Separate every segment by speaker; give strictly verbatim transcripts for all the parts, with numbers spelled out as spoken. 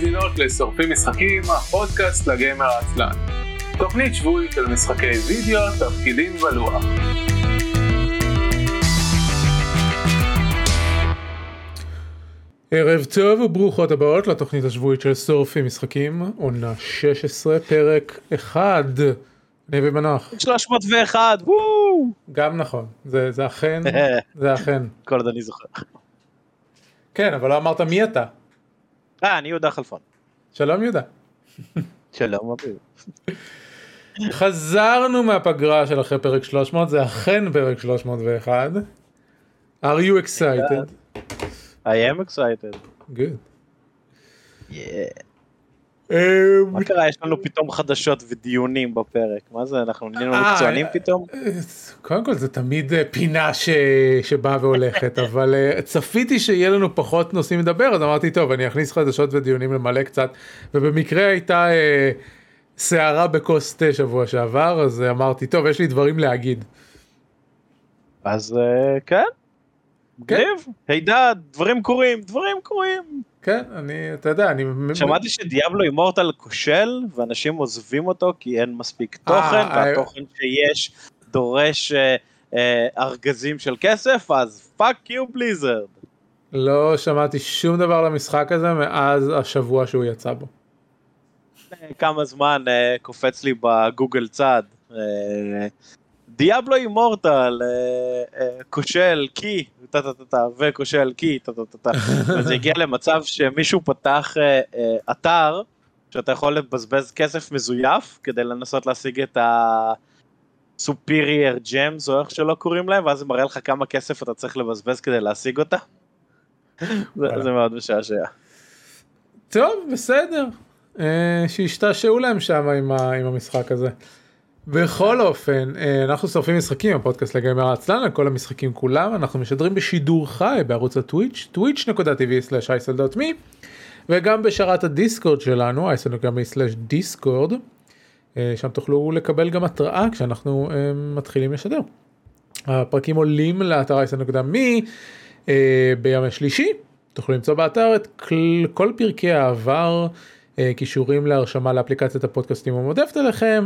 Speaker 1: מאזינות לשורפים משחקים, הפודקאסט לגיימר העצלן. תוכנית שבועית של משחקי וידאו, תפקידים ולוח. ערב טוב וברוכות הבאות לתוכנית השבועית של שורפים משחקים, עונה שש עשרה, פרק אחד. אני ומנוח.
Speaker 2: שלוש מאות ואחת, וואו!
Speaker 1: גם נכון, זה, זה אכן, זה אכן.
Speaker 2: כל עוד אני זוכר.
Speaker 1: כן, אבל לא אמרת מי אתה.
Speaker 2: אה, אני יהודה חלפון.
Speaker 1: שלום יהודה.
Speaker 2: שלום אביב.
Speaker 1: חזרנו מהפגרה של אחרי פרק שלוש מאות, זה אכן פרק שלוש מאות ואחת. Are you excited?
Speaker 2: I am excited.
Speaker 1: Good.
Speaker 2: Yeah. מה קרה? יש לנו פתאום חדשות ודיונים בפרק. מה זה? אנחנו נהיינו מקצוענים פתאום?
Speaker 1: קודם כל זה תמיד פינה שבאה והולכת, אבל צפיתי שיהיה לנו פחות נושאים לדבר, אז אמרתי טוב, אני אכניס חדשות ודיונים למלא קצת, ובמקרה הייתה שערה בכוס תה שבוע שעבר, אז אמרתי טוב, יש לי דברים להגיד.
Speaker 2: אז כן. גניב, הידע, דברים קורים, דברים קורים.
Speaker 1: כן, אני, אתה יודע, אני...
Speaker 2: שמעתי שדיאבלו אימורטל כושל, ואנשים עוזבים אותו כי אין מספיק תוכן, והתוכן שיש דורש ארגזים של כסף, אז fuck you blizzard.
Speaker 1: לא שמעתי שום דבר למשחק הזה מאז השבוע שהוא יצא בו.
Speaker 2: כמה זמן קופץ לי בגוגל צד. דיאבלו אימורטל, כושל, כי, וכושל, כי, וזה הגיע למצב שמישהו פתח אתר, שאתה יכול לבזבז כסף מזויף, כדי לנסות להשיג את ה-superior gems, או איך שלא קוראים להם, ואז זה מראה לך כמה כסף אתה צריך לבזבז כדי להשיג אותה. זה מאוד משעשע.
Speaker 1: טוב, בסדר. שישתעשעו להם שם עם המשחק הזה. בכל אופן, אנחנו שורפים משחקים, הפודקאסט לגיימר העצלן, על כל המשחקים כולם, אנחנו משדרים בשידור חי בערוץ הטוויץ', טוויץ' נקודה טי וי סלאש אייסל דוט מי, וגם בשרת הדיסקורד שלנו, אייסל נקודה מי סלאש דיסקורד, שם תוכלו לקבל גם התראה כשאנחנו מתחילים לשדר. הפרקים עולים לאתר אייסל נקודה מי ביום השלישי, תוכלו למצוא באתר את כל פרקי העבר, קישורים להרשמה לאפליקציית הפודקאסטים המועדפת עליכם,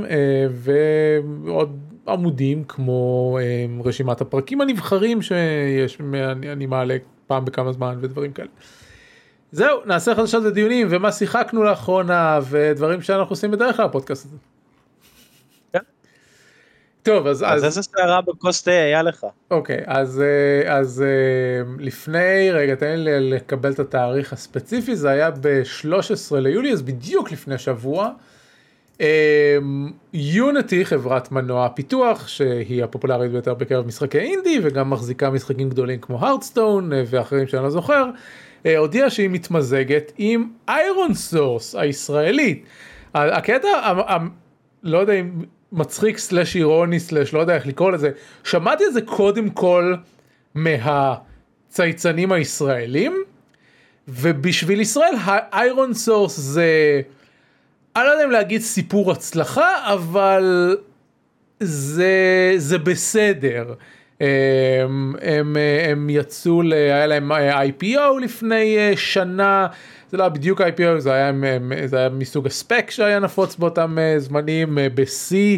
Speaker 1: ועוד עמודים כמו רשימת הפרקים הנבחרים שיש, אני מעלה פעם בכמה זמן ודברים כאלה. זהו, נעשה חדשות ודיונים ומה שיחקנו לאחרונה ודברים שאנחנו עושים בדרך כלל הפודקאסט הזה. טוב, אז...
Speaker 2: אז איזה שערה בכוס תה היה לך?
Speaker 1: אוקיי, אז, אז לפני, רגע, תן לי לקבל את התאריך הספציפי, זה היה ב-שלושה עשר ליולי, אז בדיוק לפני שבוע, יוניטי, חברת מנוע פיתוח, שהיא הפופולרית ביותר בקרב משחקי אינדי, וגם מחזיקה משחקים גדולים כמו הרדסטון ואחרים שאני לא זוכר, הודיעה שהיא מתמזגת עם איירון סורס הישראלית. הקטע, לא יודע אם... מצחיק סלש אירוני סלש לא יודע איך לקרוא לזה, שמעתי את זה קודם כל מהצייצנים הישראלים, ובשביל ישראל האיירון סורס זה, אני לא יודע אם להגיד סיפור הצלחה, אבל זה, זה בסדר. הם, הם, הם יצאו, היה להם איי פי או לפני שנה, זה לא בדיוק איי פי או, זה היה, זה היה מסוג הספק שהיה נפוץ באותם זמנים, בשיא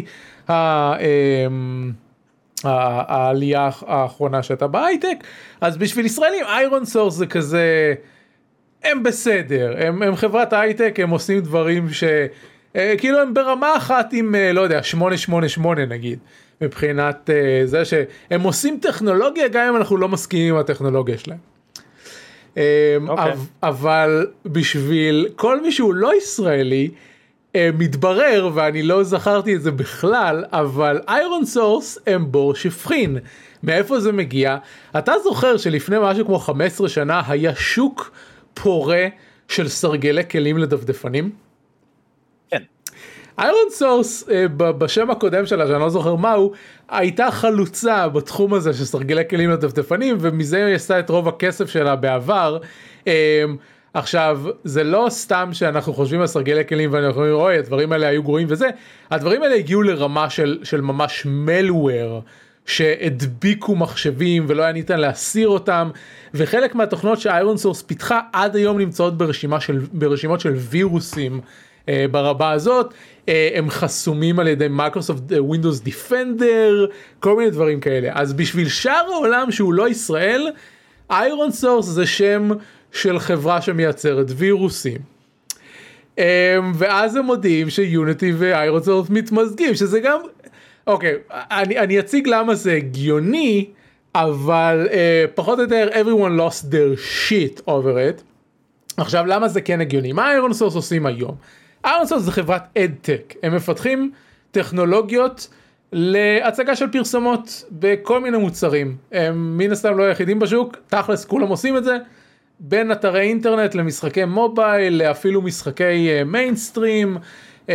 Speaker 1: העלייה האחרונה שהייתה בהייטק, אז בשביל ישראלים איירון סורס זה כזה, הם בסדר, הם, הם חברת הייטק, הם עושים דברים ש... כאילו הם ברמה אחת עם, לא יודע, שמונה שמונה שמונה נגיד, מבחינת זה שהם עושים טכנולוגיה, גם אם אנחנו לא מסכימים עם הטכנולוגיה שלהם. Okay. אבל בשביל כל מי שהוא לא ישראלי, מתברר, ואני לא זכרתי את זה בכלל, אבל איירון סורס הם בור שפכין. מאיפה זה מגיע? אתה זוכר שלפני משהו כמו חמש עשרה שנה, היה שוק פורה של סרגלי כלים לדפדפנים?
Speaker 2: כן.
Speaker 1: איירון סורס, בשם הקודם שלה, שאני לא זוכר מהו, הייתה חלוצה בתחום הזה של סרגלי כלים לדפדפנים, ומזה היא עשתה את רוב הכסף שלה בעבר. עכשיו, זה לא סתם שאנחנו חושבים על סרגלי כלים, ואנחנו אומרים, אוי, הדברים האלה היו גרועים וזה, הדברים האלה הגיעו לרמה של, של ממש מלוור, שהדביקו מחשבים ולא היה ניתן להסיר אותם, וחלק מהתוכנות שאיירון סורס פיתחה עד היום נמצאות ברשימה של, ברשימות של וירוסים אה, ברמה הזאת, אה, הם חסומים על ידי מייקרוסופט ווינדוס דיפנדר, כל מיני דברים כאלה. אז בשביל שאר העולם שהוא לא ישראל, איירון סורס זה שם של חברה שמייצרת וירוסים. ואז הם מודיעים שיוניטי ואיירון סורס מתמזגים, שזה גם, אוקיי, אני, אני אציג למה זה הגיוני, אבל uh, פחות או יותר everyone lost their shit over it. עכשיו, למה זה כן הגיוני? מה איירון סורס עושים היום? איירון סורס זה חברת אדטק, הם מפתחים טכנולוגיות להצגה של פרסומות בכל מיני מוצרים, הם מן הסתם לא היחידים בשוק, תכלס כולם עושים את זה, בין אתרי אינטרנט למשחקי מובייל, אפילו משחקי מיינסטרים, uh, uh,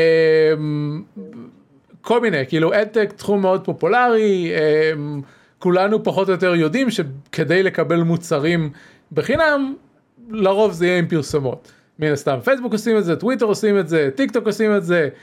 Speaker 1: כל מיני, כאילו אדטק תחום מאוד פופולרי, uh, כולנו פחות או יותר יודעים שכדי לקבל מוצרים בחינם, לרוב זה יהיה עם פרסומות. מן הסתם, פייסבוק עושים את זה, טוויטר עושים את זה, טיק טוק עושים את זה,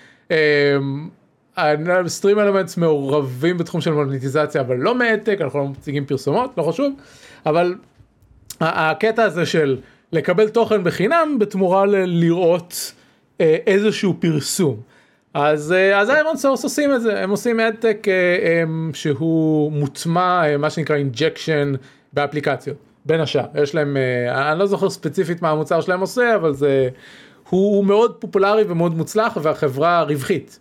Speaker 1: סטרים אלמנטס מעורבים בתחום של מוניטיזציה, אבל לא מאדטק, אנחנו לא מציגים פרסומות, לא חשוב, אבל הקטע הזה של לקבל תוכן בחינם, בתמורה לראות איזשהו פרסום. אז אז איירון סורס עושים את זה, הם עושים אדטק שהוא מוטמע, מה שנקרא אינג'קשן באפליקציות, בין השאר. יש להם, אני לא זוכר ספציפית מה המוצר שלהם עושה, אבל זה, הוא, הוא מאוד פופולרי ומאוד מוצלח, והחברה רווחית.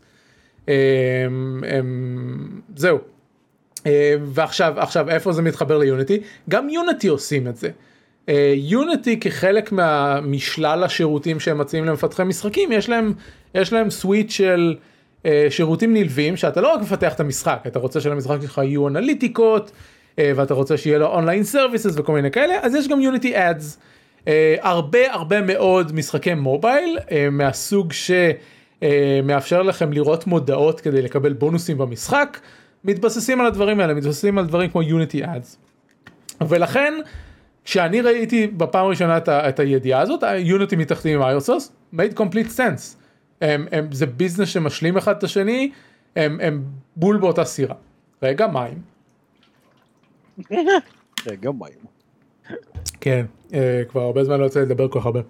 Speaker 1: זהו. ועכשיו, עכשיו, איפה זה מתחבר ליוניטי? גם יוניטי עושים את זה. יוניטי כחלק מהמשלל השירותים שהם מציעים למפתחי משחקים, יש להם, יש להם סוויט של uh, שירותים נלווים, שאתה לא רק מפתח את המשחק, אתה רוצה שלמשחק שלך יהיו אנליטיקות, uh, ואתה רוצה שיהיה לו אונליין סרוויסס וכל מיני כאלה, אז יש גם יוניטי אדס, uh, הרבה הרבה מאוד משחקי מובייל, uh, מהסוג שמאפשר uh, לכם לראות מודעות כדי לקבל בונוסים במשחק, מתבססים על הדברים האלה, מתבססים על דברים כמו יוניטי אדס. ולכן, כשאני ראיתי בפעם הראשונה את, ה, את הידיעה הזאת, יוניטי מתחתים עם איירון סורס, made complete sense. הם, הם, זה ביזנס שמשלים אחד את השני, הם, הם בול באותה סירה. רגע, מים.
Speaker 2: רגע, מים.
Speaker 1: כן, אה, כבר הרבה זמן לא יוצא לדבר כל כך הרבה.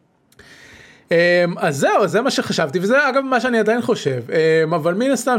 Speaker 1: אה, אז זהו, זה מה שחשבתי, וזה אגב מה שאני עדיין חושב, אה, אבל מן הסתם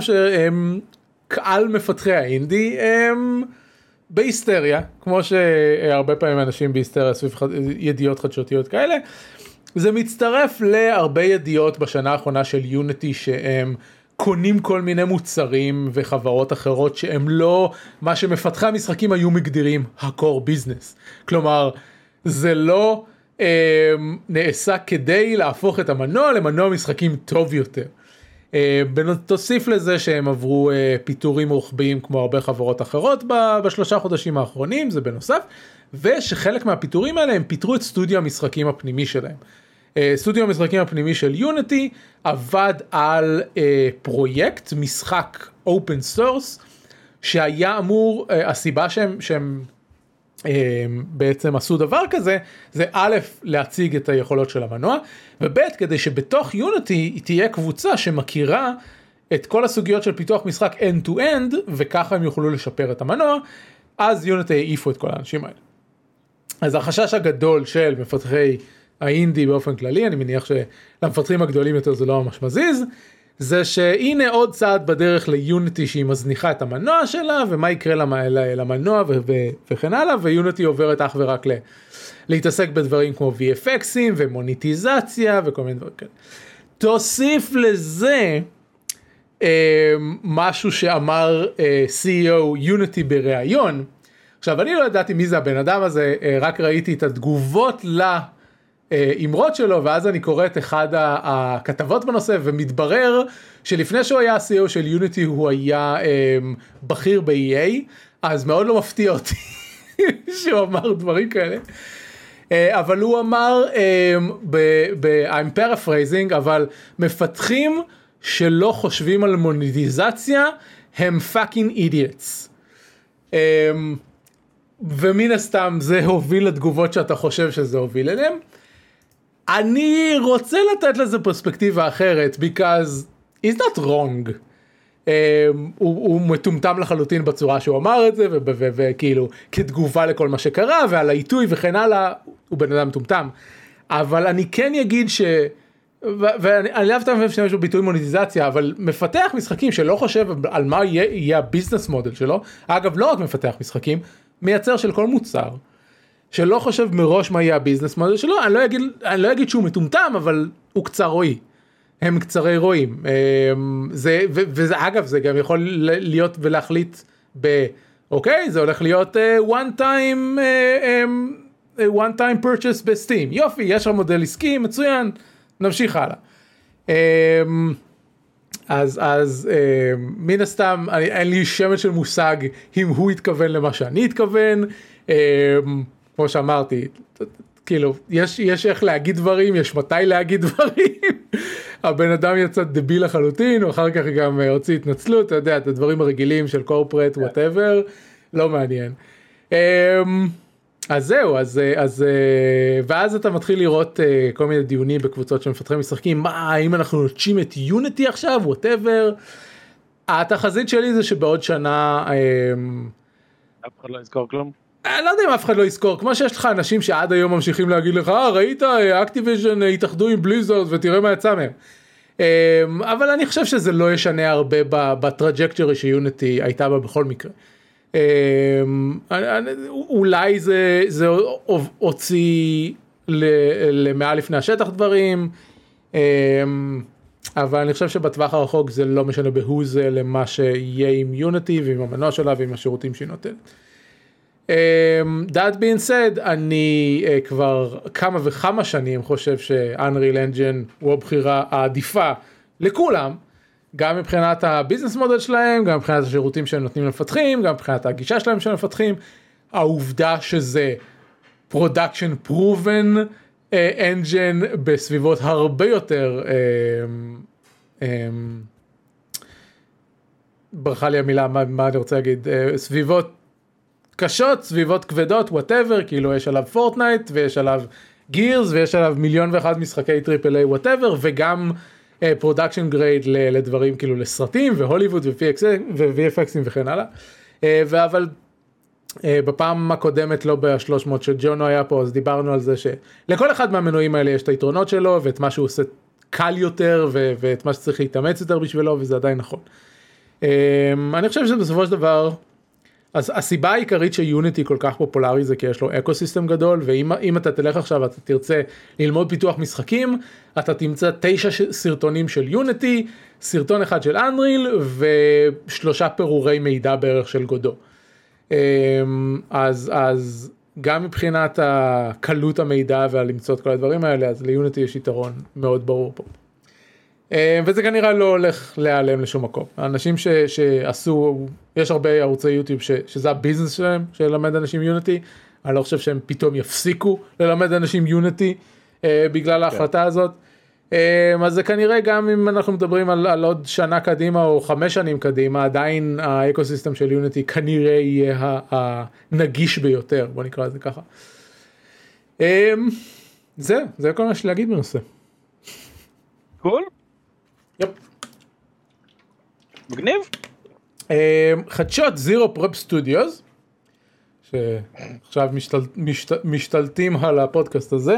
Speaker 1: שקהל מפתחי האינדי, הם... בהיסטריה, כמו שהרבה פעמים אנשים בהיסטריה סביב ידיעות חדשותיות כאלה, זה מצטרף להרבה ידיעות בשנה האחרונה של יוניטי שהם קונים כל מיני מוצרים וחברות אחרות שהם לא מה שמפתחי המשחקים היו מגדירים הקור ביזנס. כלומר, זה לא אה, נעשה כדי להפוך את המנוע למנוע משחקים טוב יותר. Uh, תוסיף לזה שהם עברו uh, פיתורים רוחביים כמו הרבה חברות אחרות ב- בשלושה חודשים האחרונים, זה בנוסף, ושחלק מהפיתורים האלה הם פיתרו את סטודיו המשחקים הפנימי שלהם. Uh, סטודיו המשחקים הפנימי של יוניטי עבד על uh, פרויקט משחק אופן סורס, שהיה אמור, uh, הסיבה שהם, שהם uh, בעצם עשו דבר כזה, זה א', להציג את היכולות של המנוע, וב' כדי שבתוך יוניטי תהיה קבוצה שמכירה את כל הסוגיות של פיתוח משחק end to end, וככה הם יוכלו לשפר את המנוע, אז יוניטי העיפו את כל האנשים האלה. אז החשש הגדול של מפתחי האינדי באופן כללי, אני מניח שלמפתחים הגדולים יותר זה לא ממש מזיז, זה שהנה עוד צעד בדרך ליוניטי שהיא מזניחה את המנוע שלה, ומה יקרה למנוע וכן הלאה, ויוניטי עוברת אך ורק ל... להתעסק בדברים כמו וי אף אקסים ומוניטיזציה וכל מיני דברים כאלה. תוסיף לזה אה, משהו שאמר אה, סי אי או יוניטי בראיון. עכשיו אני לא ידעתי מי זה הבן אדם הזה, אה, רק ראיתי את התגובות לאמרות שלו, ואז אני קורא את אחד הכתבות בנושא, ומתברר שלפני שהוא היה סי אי או של יוניטי הוא היה אה, בכיר ב-אי איי, אז מאוד לא מפתיע אותי שהוא אמר דברים כאלה. אבל הוא אמר, I'm paraphrasing, אבל מפתחים שלא חושבים על מוניטיזציה, הם fucking idiots. ומן הסתם זה הוביל לתגובות שאתה חושב שזה הוביל אליהם. אני רוצה לתת לזה פרספקטיבה אחרת, because it's not wrong. הוא, הוא מטומטם לחלוטין בצורה שהוא אמר את זה, וכאילו כתגובה לכל מה שקרה, ועל העיתוי וכן הלאה, הוא בן אדם מטומטם. אבל אני כן אגיד ש... ואני לא אהבתי להשתמש בביטוי מוניטיזציה, אבל מפתח משחקים שלא חושב על מה יהיה, יהיה הביזנס מודל שלו, אגב לא רק מפתח משחקים, מייצר של כל מוצר, שלא חושב מראש מה יהיה הביזנס מודל שלו, אני לא אגיד, אני לא אגיד שהוא מטומטם, אבל הוא קצר רואי. הם קצרי רואים. זה, ו, וזה, אגב, זה גם יכול להיות ולהחליט ב, אוקיי, זה הולך להיות uh, one time, uh, um, one time purchase בסטים. יופי, יש לך מודל עסקי, מצוין, נמשיך הלאה. Um, אז, אז um, מן הסתם, אני, אין לי שמץ של מושג אם הוא התכוון למה שאני התכוון. Um, כמו שאמרתי, כאילו, יש, יש איך להגיד דברים, יש מתי להגיד דברים. הבן אדם יצא דביל לחלוטין, ואחר כך גם הוציא התנצלות, אתה יודע, את הדברים הרגילים של קורפרט, whatever, לא מעניין. אז זהו, אז, אז, ואז אתה מתחיל לראות כל מיני דיונים בקבוצות שמפתחים משחקים, מה, האם אנחנו נוטשים את יוניטי עכשיו, whatever. התחזית שלי זה שבעוד שנה...
Speaker 2: אף אחד לא יזכור כלום.
Speaker 1: אני לא יודע אם אף אחד לא יזכור, כמו שיש לך אנשים שעד היום ממשיכים להגיד לך, אה, ראית, אקטיביז'ן התאחדו עם בליזרד ותראה מה יצא מהם. אבל אני חושב שזה לא ישנה הרבה בטראג'קטורי שיוניטי הייתה בה בכל מקרה. אולי זה, זה הוציא למעל לפני השטח דברים, אבל אני חושב שבטווח הרחוק זה לא משנה בהוא זה למה שיהיה עם יוניטי ועם המנוע שלה ועם השירותים שהיא נותנת. That being said, אני uh, כבר כמה וכמה שנים חושב ש-Unreal Engine הוא הבחירה העדיפה לכולם, גם מבחינת הביזנס מודל שלהם, גם מבחינת השירותים שהם נותנים למפתחים, גם מבחינת הגישה שלהם שהם מפתחים, העובדה שזה production proven uh, engine בסביבות הרבה יותר, um, um, ברכה לי המילה, מה, מה אני רוצה להגיד, uh, סביבות קשות, סביבות כבדות, whatever, כאילו יש עליו פורטנייט, ויש עליו גירס, ויש עליו מיליון ואחד משחקי טריפל איי, whatever, וגם פרודקשן uh, גרייד לדברים, כאילו לסרטים, והוליווד, ו-וי אף אקסים וכן הלאה. Uh, ואבל, uh, בפעם הקודמת, לא ב-שלוש מאות שג'ונו היה פה, אז דיברנו על זה שלכל אחד מהמנועים האלה יש את היתרונות שלו, ואת מה שהוא עושה קל יותר, ו- ואת מה שצריך להתאמץ יותר בשבילו, וזה עדיין נכון. Uh, אני חושב שבסופו של דבר, אז הסיבה העיקרית שיוניטי כל כך פופולרי זה כי יש לו אקוסיסטם גדול, ואם אתה תלך עכשיו אתה תרצה ללמוד פיתוח משחקים, אתה תמצא תשע סרטונים של יוניטי, סרטון אחד של אנריל, ושלושה פירורי מידע בערך של גודו. אז, אז גם מבחינת הקלות המידע והלמצוא את כל הדברים האלה, אז ליוניטי יש יתרון מאוד ברור פה. וזה כנראה לא הולך להיעלם לשום מקום. האנשים ש, שעשו, יש הרבה ערוצי יוטיוב ש, שזה הביזנס שלהם, שללמד אנשים יוניטי, אני לא חושב שהם פתאום יפסיקו ללמד אנשים יוניטי, אה, בגלל ההחלטה הזאת. אה, אז זה כנראה גם אם אנחנו מדברים על, על עוד שנה קדימה או חמש שנים קדימה, עדיין האקוסיסטם של יוניטי כנראה יהיה הנגיש ביותר, בוא נקרא את זה ככה. אה, זה, זה כל מה שיש להגיד בנושא.
Speaker 2: קול?
Speaker 1: יפ.
Speaker 2: מגניב?
Speaker 1: חדשות זירו פרופ סטודיוס, שעכשיו משתל, משת, משתלטים על הפודקאסט הזה,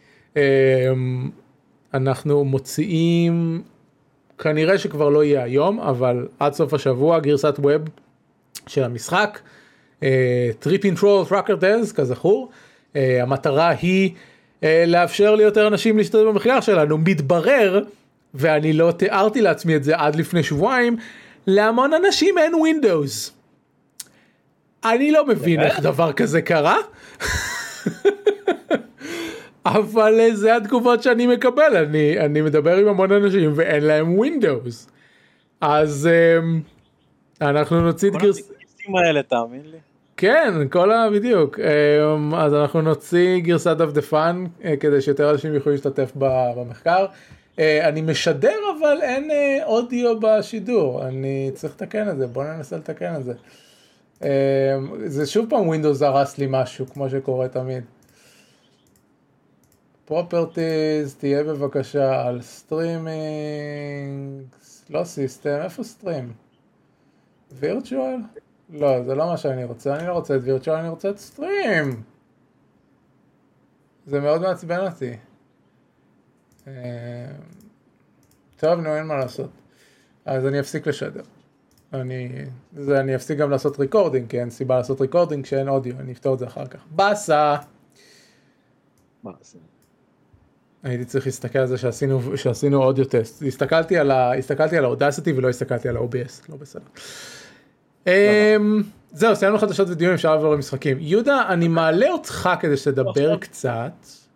Speaker 1: אנחנו מוציאים, כנראה שכבר לא יהיה היום, אבל עד סוף השבוע גרסת ווב של המשחק, טריפ אינטרול טראקר דז כזכור, המטרה היא לאפשר ליותר אנשים להשתתף במחקר שלנו. מתברר, ואני לא תיארתי לעצמי את זה עד לפני שבועיים, להמון אנשים אין ווינדוס. אני לא מבין איך דבר כזה קרה, אבל זה התגובות שאני מקבל. אני, אני מדבר עם המון אנשים ואין להם ווינדוס. אז אנחנו נוציא את גרס...
Speaker 2: כל הטקסטים האלה, תאמין לי.
Speaker 1: כן, כל ה... בדיוק. אז אנחנו נוציא גרסת דפדפן, כדי שיותר אנשים יכולים להשתתף במחקר. אני משדר, אבל אין אודיו בשידור. אני צריך לתקן את זה, בואו ננסה לתקן את זה. זה שוב פעם ווינדוס הרס לי משהו, כמו שקורה תמיד. פרופרטיז, תהיה בבקשה על סטרימינג, לא סיסטם, איפה סטרים? וירטואל? לא, זה לא מה שאני רוצה, אני לא רוצה את וירטואל, אני רוצה את סטרים. זה מאוד מעצבן אותי. טוב, נו, אין מה לעשות. אז אני אפסיק לשדר. אני, זה, אני אפסיק גם לעשות ריקורדינג, כי אין סיבה לעשות ריקורדינג כשאין אודיו, אני אפתור את זה אחר כך. בסה!
Speaker 2: מה זה?
Speaker 1: הייתי צריך להסתכל על זה שעשינו, שעשינו אודיו טסט. הסתכלתי על ה, הסתכלתי על האודסיטי ולא הסתכלתי על ה-או בי אס, לא בסדר. זהו, סיימנו חדשות ודיונים, אפשר לעבור למשחקים. יהודה, אני מעלה אותך כדי שתדבר קצת.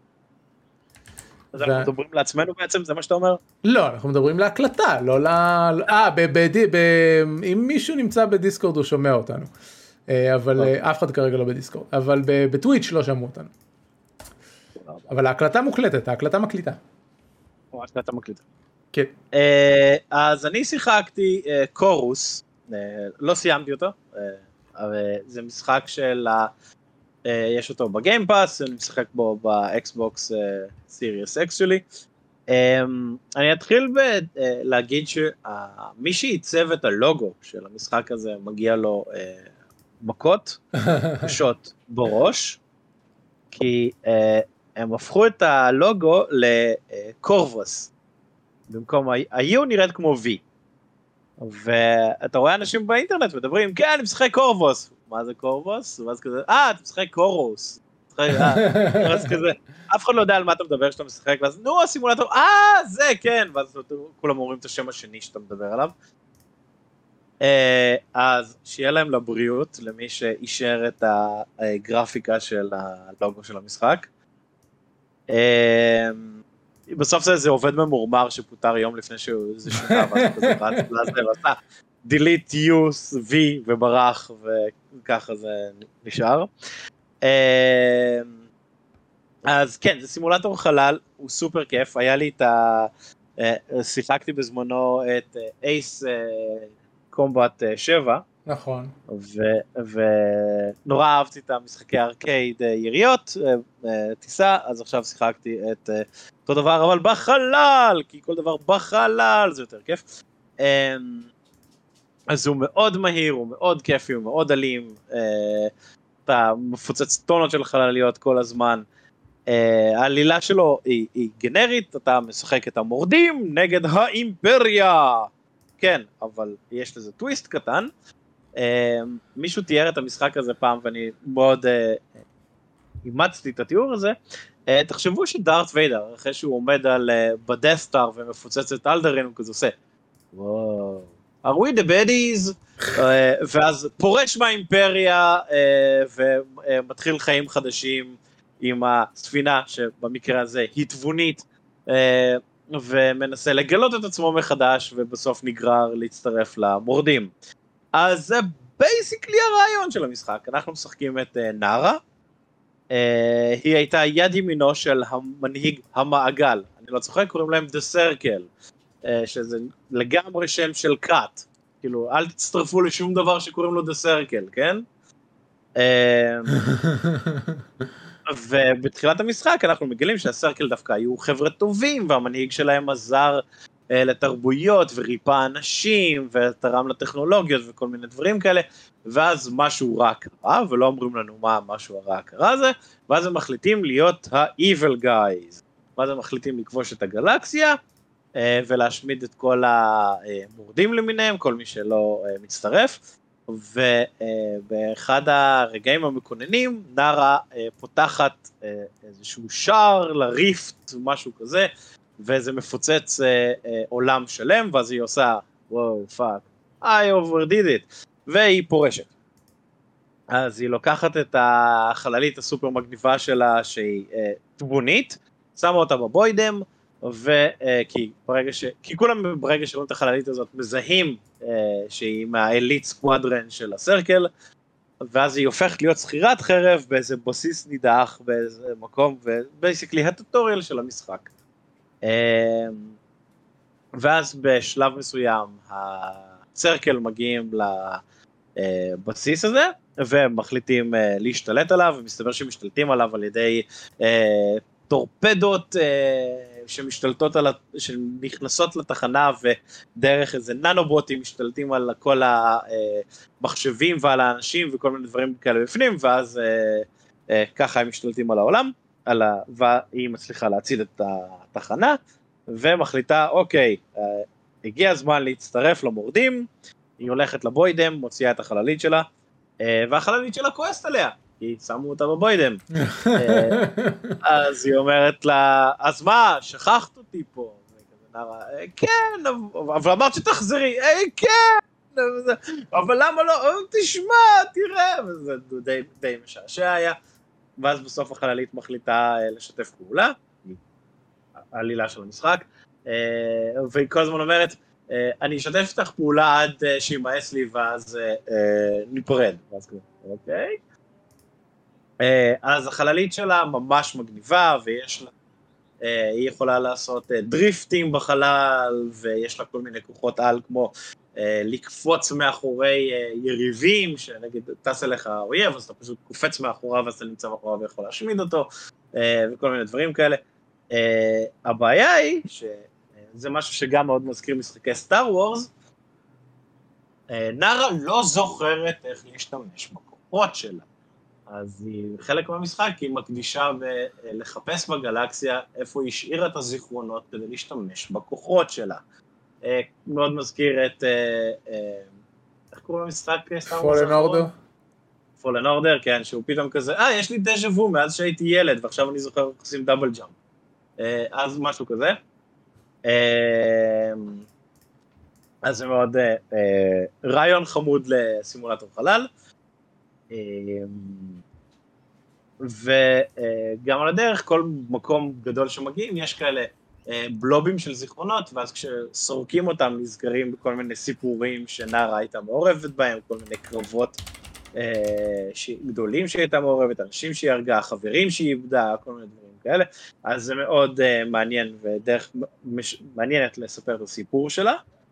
Speaker 2: אז אנחנו מדברים לעצמנו בעצם, זה מה שאתה אומר?
Speaker 1: לא, אנחנו מדברים להקלטה, לא ל... אה, אם מישהו נמצא בדיסקורד הוא שומע אותנו. אבל אף אחד כרגע לא בדיסקורד. אבל בטוויץ' לא שמעו אותנו. אבל ההקלטה מוקלטת, ההקלטה מקליטה.
Speaker 2: או, ההקלטה מקליטה.
Speaker 1: כן.
Speaker 2: אז אני שיחקתי קורוס, לא סיימתי אותו, אבל זה משחק של... יש אותו בגיימפאס, אני משחק בו באקסבוקס סיריוס אקס שלי. אני אתחיל להגיד שמי שעיצב את הלוגו של המשחק הזה מגיע לו מכות קשות בראש, כי הם הפכו את הלוגו לקורבוס, במקום ה-U נראית כמו V. ואתה רואה אנשים באינטרנט מדברים, כן, אני משחק קורבוס. מה זה קורבוס? ואז כזה, אה, אתה משחק קורוס. ואז כזה, אף אחד לא יודע על מה אתה מדבר כשאתה משחק, ואז, נו, הסימולטור, אה, זה, כן. ואז כולם אומרים את השם השני שאתה מדבר עליו. אז שיהיה להם לבריאות, למי שאישר את הגרפיקה של הלוגו של המשחק. בסוף זה, זה עובד ממורמר שפוטר יום לפני שהוא איזה שונה, ואז כזה רץ לזה, ועשה delete use v וברח, וככה זה נשאר. אז כן, זה סימולטור חלל, הוא סופר כיף, היה לי את ה... שיחקתי בזמנו את אייס קומבט שבע.
Speaker 1: נכון.
Speaker 2: ונורא אהבתי את המשחקי ארקייד יריות, טיסה, אז עכשיו שיחקתי את אותו דבר, אבל בחלל, כי כל דבר בחלל זה יותר כיף. אז הוא מאוד מהיר, הוא מאוד כיפי, הוא מאוד אלים, אתה מפוצץ טונות של חלליות כל הזמן. העלילה שלו היא, היא גנרית, אתה משחק את המורדים נגד האימפריה. כן, אבל יש לזה טוויסט קטן. מישהו תיאר את המשחק הזה פעם, ואני מאוד אימצתי את התיאור הזה. תחשבו שדארת ויידר, אחרי שהוא עומד על בדסטאר ומפוצץ את אלדרין, הוא כזה עושה, וואו, are we the baddies? ואז פורש מהאימפריה, ומתחיל חיים חדשים עם הספינה, שבמקרה הזה היא תבונית, ומנסה לגלות את עצמו מחדש, ובסוף נגרר להצטרף למורדים. אז זה בייסיקלי הרעיון של המשחק. אנחנו משחקים את נארה, היא הייתה יד ימינו של המנהיג המעגל, אני לא צוחק, קוראים להם The Circle, שזה לגמרי שם של קאט, כאילו אל תצטרפו לשום דבר שקוראים לו The Circle, כן? ובתחילת המשחק אנחנו מגלים שהסרקל דווקא היו חבר'ה טובים, והמנהיג שלהם עזר לתרבויות וריפה אנשים ותרם לטכנולוגיות וכל מיני דברים כאלה, ואז משהו רע קרה, ולא אומרים לנו מה משהו הרע קרה הזה, ואז הם מחליטים להיות ה-evil guys, ואז הם מחליטים לכבוש את הגלקסיה, ולהשמיד את כל המורדים למיניהם, כל מי שלא מצטרף, ובאחד הרגעים המקוננים, נארה פותחת איזשהו שער לריפט, משהו כזה, וזה מפוצץ עולם שלם, ואז היא עושה, וואו, פאק, I overdid it, והיא פורשת. אז היא לוקחת את החללית הסופר מגניבה שלה, שהיא תבונית, שמה אותה בבוידם, וכי ברגע ש... כי כולם ברגע שרואים את החללית הזאת מזהים שהיא מהאליט סקואדרן של הסרקל, ואז היא הופכת להיות שכירת חרב באיזה בסיס נידח, באיזה מקום, ובייסיקלי הטוטוריאל של המשחק. ואז בשלב מסוים הסרקל מגיעים לבסיס הזה, ומחליטים להשתלט עליו, ומסתבר שמשתלטים עליו על ידי טורפדות שמשתלטות על, שנכנסות לתחנה ודרך איזה ננובוטים משתלטים על כל המחשבים ועל האנשים וכל מיני דברים כאלה בפנים, ואז ככה הם משתלטים על העולם, על ה... והיא מצליחה להציל את התחנה, ומחליטה, אוקיי, הגיע הזמן להצטרף למורדים, היא הולכת לבוידם, מוציאה את החללית שלה, והחללית שלה כועסת עליה, כי שמו אותה בבוידם. אז היא אומרת לה, אז מה, שכחת אותי פה? כן, אבל אמרת שתחזרי, כן, אבל למה לא? תשמע, תראה, וזה די משעשע היה. ואז בסוף החללית מחליטה לשתף פעולה, העלילה של המשחק, והיא כל הזמן אומרת, אני אשתף איתך פעולה עד שימאס לי, ואז ניפרד. ואז כזה, אוקיי. אז החללית שלה ממש מגניבה, ויש לה, היא יכולה לעשות דריפטים בחלל, ויש לה כל מיני כוחות על, כמו לקפוץ מאחורי יריבים, שנגיד טס אליך האויב, אז אתה פשוט קופץ מאחוריו, אז אתה נמצא מאחוריו ויכול להשמיד אותו, וכל מיני דברים כאלה. הבעיה היא, שזה משהו שגם מאוד מזכיר משחקי סטאר וורס, נארה לא זוכרת איך להשתמש בכוחות שלה. אז היא, חלק מהמשחק, היא מקדישה לחפש בגלקסיה איפה היא השאירה את הזיכרונות כדי להשתמש בכוחות שלה. מאוד מזכיר את, איך קוראים למשחק?
Speaker 1: פולן אורדר?
Speaker 2: פולן אורדר, כן, שהוא פתאום כזה, אה, יש לי דז'ה וו מאז שהייתי ילד, ועכשיו אני זוכר איך עושים דאבל ג'אמפ. אז משהו כזה. אז זה מאוד רעיון חמוד לסימולטור חלל. וגם על הדרך, כל מקום גדול שמגיעים, יש כאלה בלובים של זיכרונות, ואז כשסורקים אותם נזכרים בכל מיני סיפורים שנארה הייתה מעורבת בהם, כל מיני קרבות גדולים שהייתה מעורבת, אנשים שהיא הרגה, חברים שהיא איבדה, כל מיני דברים כאלה, אז זה מאוד מעניין ודרך מעניינת לספר את הסיפור שלה.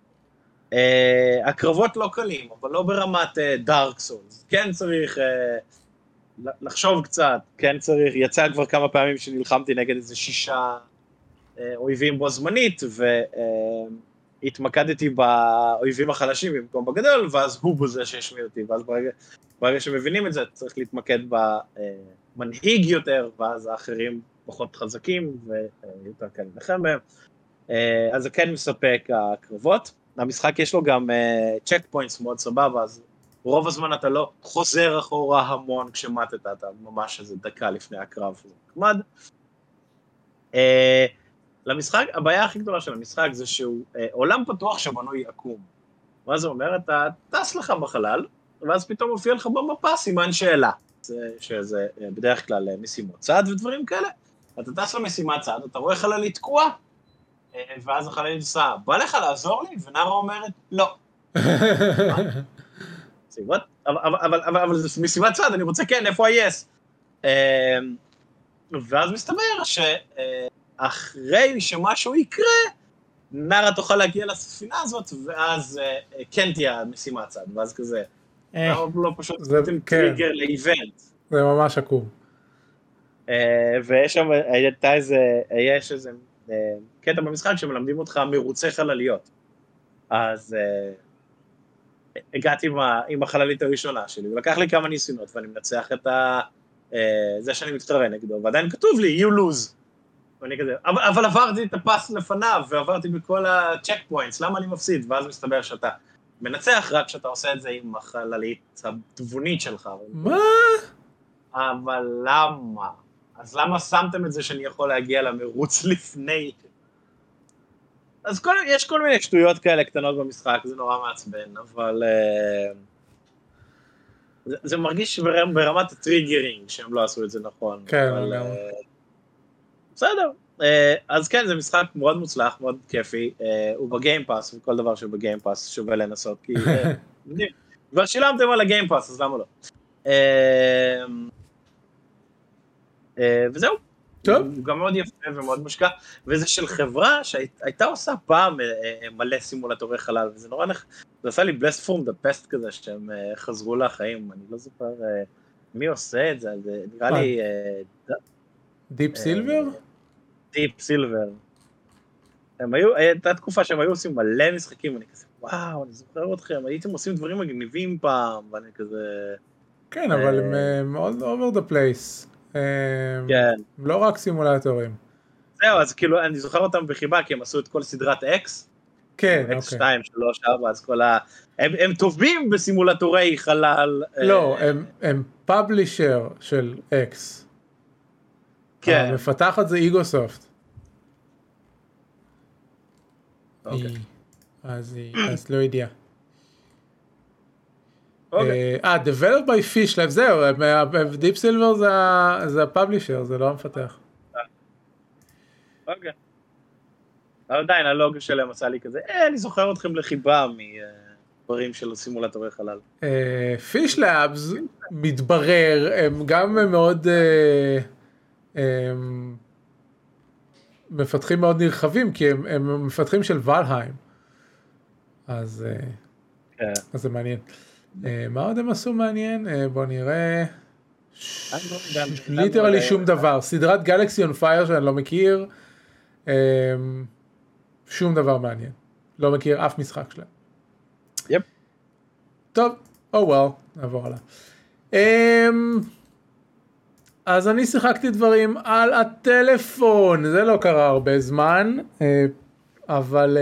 Speaker 2: הקרבות לא קלים, אבל לא ברמת דארק סולס, כן צריך לחשוב קצת, כן צריך, יצא כבר כמה פעמים שנלחמתי נגד איזה שישה אויבים בו זמנית, והתמקדתי באויבים החלשים במקום בגדול, ואז הוא בזה שהשמיד אותי, ואז ברגע, ברגע שמבינים את זה, צריך להתמקד במנהיג יותר, ואז האחרים פחות חזקים, ויותר כאן לכם בהם. אז זה כן מספק הקרבות. המשחק יש לו גם צ'ק פוינטס מאוד סבבה, אז רוב הזמן אתה לא חוזר אחורה המון כשמטת, אתה ממש איזה דקה לפני הקרב, זה נחמד. למשחק, הבעיה הכי גדולה של המשחק זה שהוא עולם פתוח שבנוי עקום. מה זה אומר? אתה טס לך בחלל, ואז פתאום מופיע לך במפה סימן שאלה, שזה בדרך כלל משימות צעד ודברים כאלה. אתה טס למשימת צעד, אתה רואה חלל תקוע, ואז החללית עושה, בא לך לעזור לי? ונארה אומרת, לא. סיבות? אבל זה משימת צעד, אני רוצה כן, איפה ה-yes? ואז מסתבר שאחרי שמשהו יקרה, נארה תוכל להגיע לספינה הזאת, ואז כן תהיה המשימת צעד, ואז כזה, לא פשוט טריגר לאיבנט.
Speaker 1: זה ממש עקום.
Speaker 2: ויש שם, יש איזה קטע במשחק שמלמדים אותך מרוצי חלליות. אז הגעתי עם החללית הראשונה שלי, ולקח לי כמה ניסיונות, ואני מנצח את זה שאני מתחרה נגדו, ועדיין כתוב לי, you lose. ואני כזה, אבל עברתי את הפס לפניו, ועברתי בכל הצ'ק פוינטס, למה אני מפסיד? ואז מסתבר שאתה מנצח רק כשאתה עושה את זה עם החללית התבונית שלך.
Speaker 1: מה?
Speaker 2: אבל למה? אז למה שמתם את זה שאני יכול להגיע למרוץ לפני? אז כל, יש כל מיני שטויות כאלה קטנות במשחק, זה נורא מעצבן, אבל uh, זה, זה מרגיש ברמת הטריגרינג שהם לא עשו את זה נכון.
Speaker 1: כן,
Speaker 2: אבל,
Speaker 1: גם.
Speaker 2: uh, בסדר. Uh, אז כן, זה משחק מאוד מוצלח, מאוד כיפי, uh, הוא בגיימפאס, וכל דבר שבגיימפאס שווה לנסות, כי uh, כבר שילמתם על הגיימפאס, אז למה לא? Uh, uh, וזהו.
Speaker 1: טוב.
Speaker 2: הוא גם מאוד יפה ומאוד מושקע, וזה של חברה שהייתה עושה פעם מלא סימולטורי חלל, וזה נורא נח... זה עשה לי blessed from the past כזה, שהם חזרו לחיים, אני לא זוכר מי עושה את זה, זה נראה לי...
Speaker 1: דיפ סילבר?
Speaker 2: דיפ סילבר. הם היו, הייתה תקופה שהם היו עושים מלא משחקים, ואני כזה, וואו, אני זוכר אתכם, הייתם עושים דברים מגניבים פעם, ואני כזה...
Speaker 1: כן, אבל הם מאוד over the place.
Speaker 2: כן.
Speaker 1: לא רק סימולטורים.
Speaker 2: זהו, אז כאילו, אני זוכר אותם בחיבה, כי הם עשו את כל סדרת X.
Speaker 1: כן, אוקיי.
Speaker 2: אקס שתיים, שלוש, ארבע, אז כל ה... הם טובים בסימולטורי חלל.
Speaker 1: לא, הם פאבלישר של X.
Speaker 2: כן.
Speaker 1: המפתחת זה איגוסופט.
Speaker 2: אוקיי.
Speaker 1: אז לא יודע. אה, developed by Fish Lab, זהו, Deep Silver זה הפאבלישר, זה לא המפתח.
Speaker 2: אוקיי. אבל עדיין הלוגו שלהם עשה לי כזה, אה, אני זוכר אתכם לחיבה מדברים של סימולטורי חלל.
Speaker 1: Fish Labs מתברר, הם גם מאוד מפתחים מאוד נרחבים, כי הם מפתחים של ולהיים. אז זה מעניין. מה עוד הם עשו מעניין? בוא נראה. ליטרלי שום דבר. סדרת גלקסי און פייר שאני לא מכיר. שום דבר מעניין. לא מכיר אף משחק שלהם.
Speaker 2: יפ.
Speaker 1: טוב, או וואו, נעבור הלאה. אז אני שיחקתי דברים על הטלפון. זה לא קרה הרבה זמן, אבל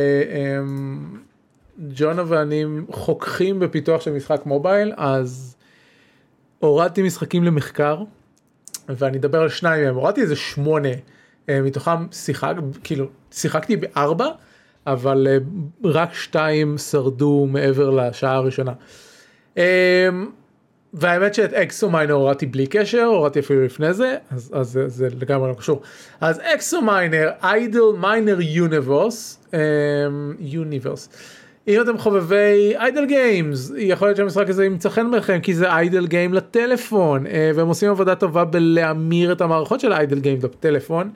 Speaker 1: ג'ונה ואני חוקכים בפיתוח של משחק מובייל, אז הורדתי משחקים למחקר, ואני אדבר על שניים מהם. הורדתי איזה שמונה, מתוכם שיחק, כאילו, שיחקתי בארבע, אבל רק שתיים שרדו מעבר לשעה הראשונה. והאמת שאת אקסומיינר הורדתי בלי קשר, הורדתי אפילו לפני זה, אז, אז זה, זה לגמרי לא קשור. אז אקסומיינר, איידל מיינר יוניברס, יוניברס. אם אתם חובבי איידל גיימס, יכול להיות שהמשחק הזה ימצא חן בכם, כי זה איידל גיים לטלפון, והם עושים עבודה טובה בלהמיר את המערכות של איידל גיים לטלפון.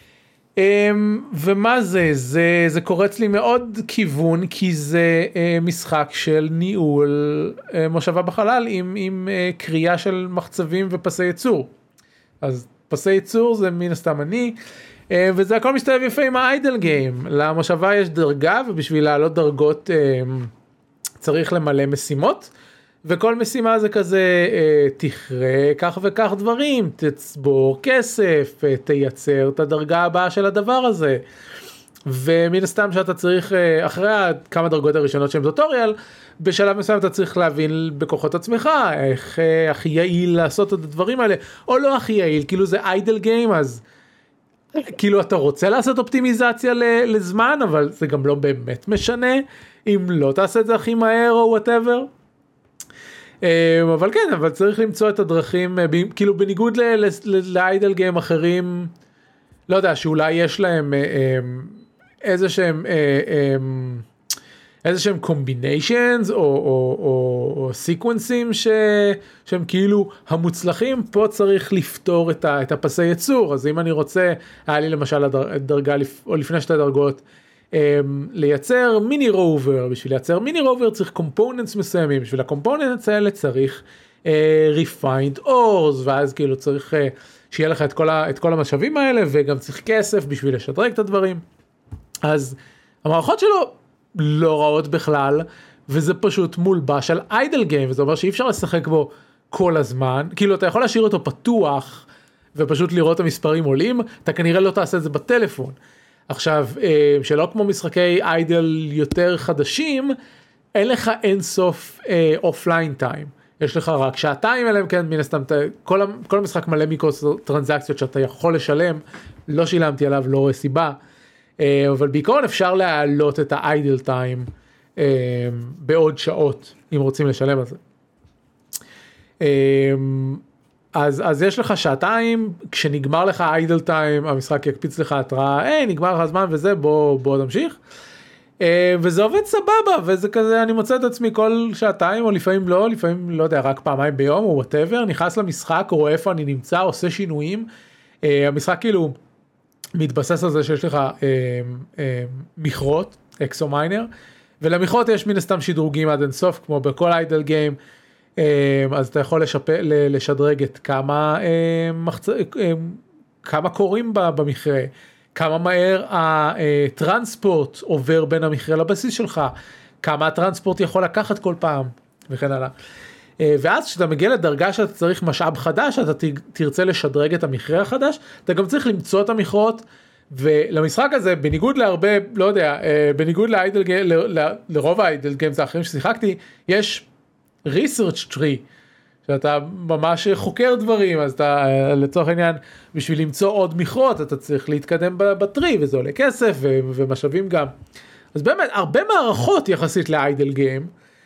Speaker 1: ומה זה? זה, זה קורץ לי מאוד כיוון, כי זה משחק של ניהול מושבה בחלל עם, עם קריאה של מחצבים ופסי ייצור. אז פסי ייצור זה מן הסתם אני, וזה הכל מסתובב יפה עם האיידל גיים. למושבה יש דרגה, ובשביל לעלות דרגות צריך למלא משימות, וכל משימה זה כזה, תכרה כך וכך דברים, תצבור כסף, תייצר את הדרגה הבאה של הדבר הזה. ומן הסתם שאתה צריך, אחרי כמה דרגות הראשונות שהם טוטוריאל, בשלב מסוים אתה צריך להבין בכוחות עצמך, איך הכי יעיל לעשות את הדברים האלה, או לא הכי יעיל, כאילו זה איידל גיים, אז כאילו אתה רוצה לעשות אופטימיזציה לזמן, אבל זה גם לא באמת משנה, אם לא תעשה את זה הכי מהר או whatever. אבל כן, אבל צריך למצוא את הדרכים, כאילו בניגוד לאיידל גיים אחרים, לא יודע, שאולי יש להם איזה שהם, איזה שהם combinations או, או, או, או sequences ש, שהם כאילו המוצלחים, פה צריך לפתור את, ה, את הפסי ייצור. אז אם אני רוצה, היה לי למשל דרגה, או לפני שתי דרגות, לייצר מיני רובר, בשביל לייצר מיני רובר צריך קומפוננטס מסוימים, בשביל הקומפוננטס האלה צריך refined ores, ואז כאילו צריך שיהיה לך את כל, ה, את כל המשאבים האלה, וגם צריך כסף בשביל לשדרג את הדברים. אז המערכות שלו לא רעות בכלל, וזה פשוט מולבש על איידל גיים, וזה אומר שאי אפשר לשחק בו כל הזמן, כאילו אתה יכול להשאיר אותו פתוח, ופשוט לראות את המספרים עולים, אתה כנראה לא תעשה את זה בטלפון. עכשיו, שלא כמו משחקי איידל יותר חדשים, אין לך אינסוף אופליין טיים, יש לך רק שעתיים אליהם, כן, מן הסתם, כל, כל המשחק מלא מיקרו טרנזקציות שאתה יכול לשלם, לא שילמתי עליו, לא רואה סיבה, אבל בעיקרון אפשר להעלות את האיידל טיים בעוד שעות, אם רוצים לשלם על זה. אז, אז יש לך שעתיים, כשנגמר לך איידל טיים, המשחק יקפיץ לך התראה, היי, נגמר לך הזמן וזה, בוא, בוא נמשיך. וזה עובד סבבה, וזה כזה, אני מוצא את עצמי כל שעתיים, או לפעמים לא, לפעמים, לא יודע, רק פעמיים ביום, או whatever, נכנס למשחק, רואה איפה אני נמצא, עושה שינויים. המשחק כאילו מתבסס על זה שיש לך מכרות, אקסומיינר, ולמכרות יש מן הסתם שדרוגים עד אינסוף, כמו בכל איידל גיים, אז אתה יכול לשפ... לשדרג את כמה, כמה קוראים במכרה, כמה מהר הטרנספורט עובר בין המכרה לבסיס שלך, כמה הטרנספורט יכול לקחת כל פעם, וכן הלאה. ואז כשאתה מגיע לדרגה שאתה צריך משאב חדש, אתה תרצה לשדרג את המכרה החדש, אתה גם צריך למצוא את המכרות, ולמשחק הזה, בניגוד להרבה, לא יודע, בניגוד לאיידל גיים, לרוב האיידל גיימס האחרים ששיחקתי, יש research tree, שאתה ממש חוקר דברים, אז אתה לצורך העניין, בשביל למצוא עוד מכרות, אתה צריך להתקדם בטרי, וזה עולה כסף ומשאבים גם. אז באמת, הרבה מערכות יחסית לאיידל גיים,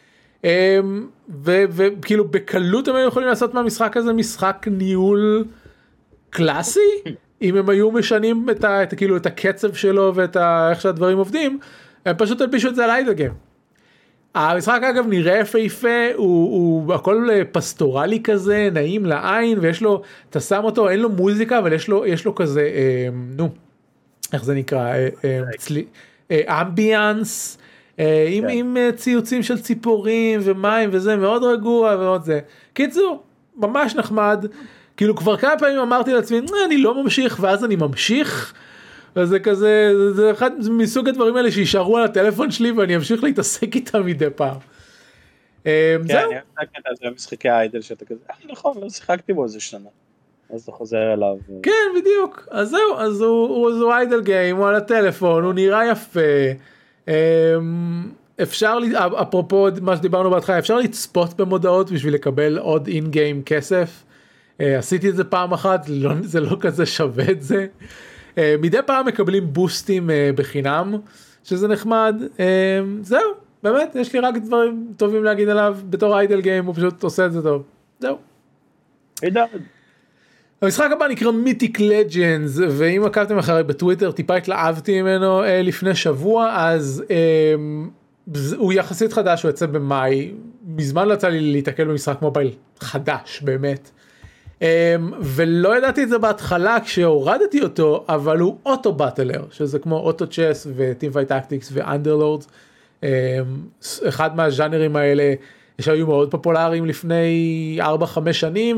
Speaker 1: וכאילו בקלות הם יכולים לעשות מהמשחק הזה משחק ניהול קלאסי, אם הם היו משנים את, ה, את, כאילו, את הקצב שלו ואת ה, איך שהדברים עובדים, הם פשוט תלבישו את זה על איידל גיים. המשחק אגב נראה יפהפה, הוא, הוא הכל פסטורלי כזה, נעים לעין, ויש לו, אתה שם אותו, אין לו מוזיקה, אבל יש לו, יש לו כזה, אה, נו, איך זה נקרא, אה, אה, צלי, אה, אמביאנס, אה, עם, עם ציוצים של ציפורים ומים וזה, מאוד רגוע ומאוד זה. קיצור, ממש נחמד, כאילו כבר כמה פעמים אמרתי לעצמי, אני לא ממשיך, ואז אני ממשיך, וזה כזה, זה אחד מסוג הדברים האלה שישארו על הטלפון שלי, ואני אמשיך להתעסק איתם מדי פעם.
Speaker 2: כן, אני אעסק את זה, משחקי האיידל שאתה כזה, נכון, לא שיחקתי בו איזה שנה, אז אתה חוזר אליו.
Speaker 1: כן, בדיוק, אז זהו, אז הוא איידל גיים, הוא על הטלפון, הוא נראה יפה, אפשר, אפרופו מה שדיברנו בהתחלה, אפשר לצפות במודעות בשביל לקבל עוד אין-גיים כסף, עשיתי את זה פעם אחת, זה לא כזה שווה את זה, מדי פעם מקבלים בוסטים בחינם, שזה נחמד, זהו, באמת, יש לי רק דברים טובים להגיד עליו, בתור איידל גיים הוא פשוט עושה את זה טוב, זהו. המשחק הבא נקרא מיתיק לג'נדס, ואם עקבתם אחרי בטוויטר, טיפה התלהבתי ממנו לפני שבוע, אז הוא יחסית חדש, הוא יצא במאי, מזמן לא יצא לי להתקל במשחק מובייל חדש, באמת. Um, ולא ידעתי את זה בהתחלה כשהורדתי אותו, אבל הוא אוטו באטלר, שזה כמו אוטו צ'ס וטים פייט טקטיקס ואנדרלורדס, um, אחד מהז'אנרים האלה שהיו מאוד פופולריים לפני ארבע חמש שנים,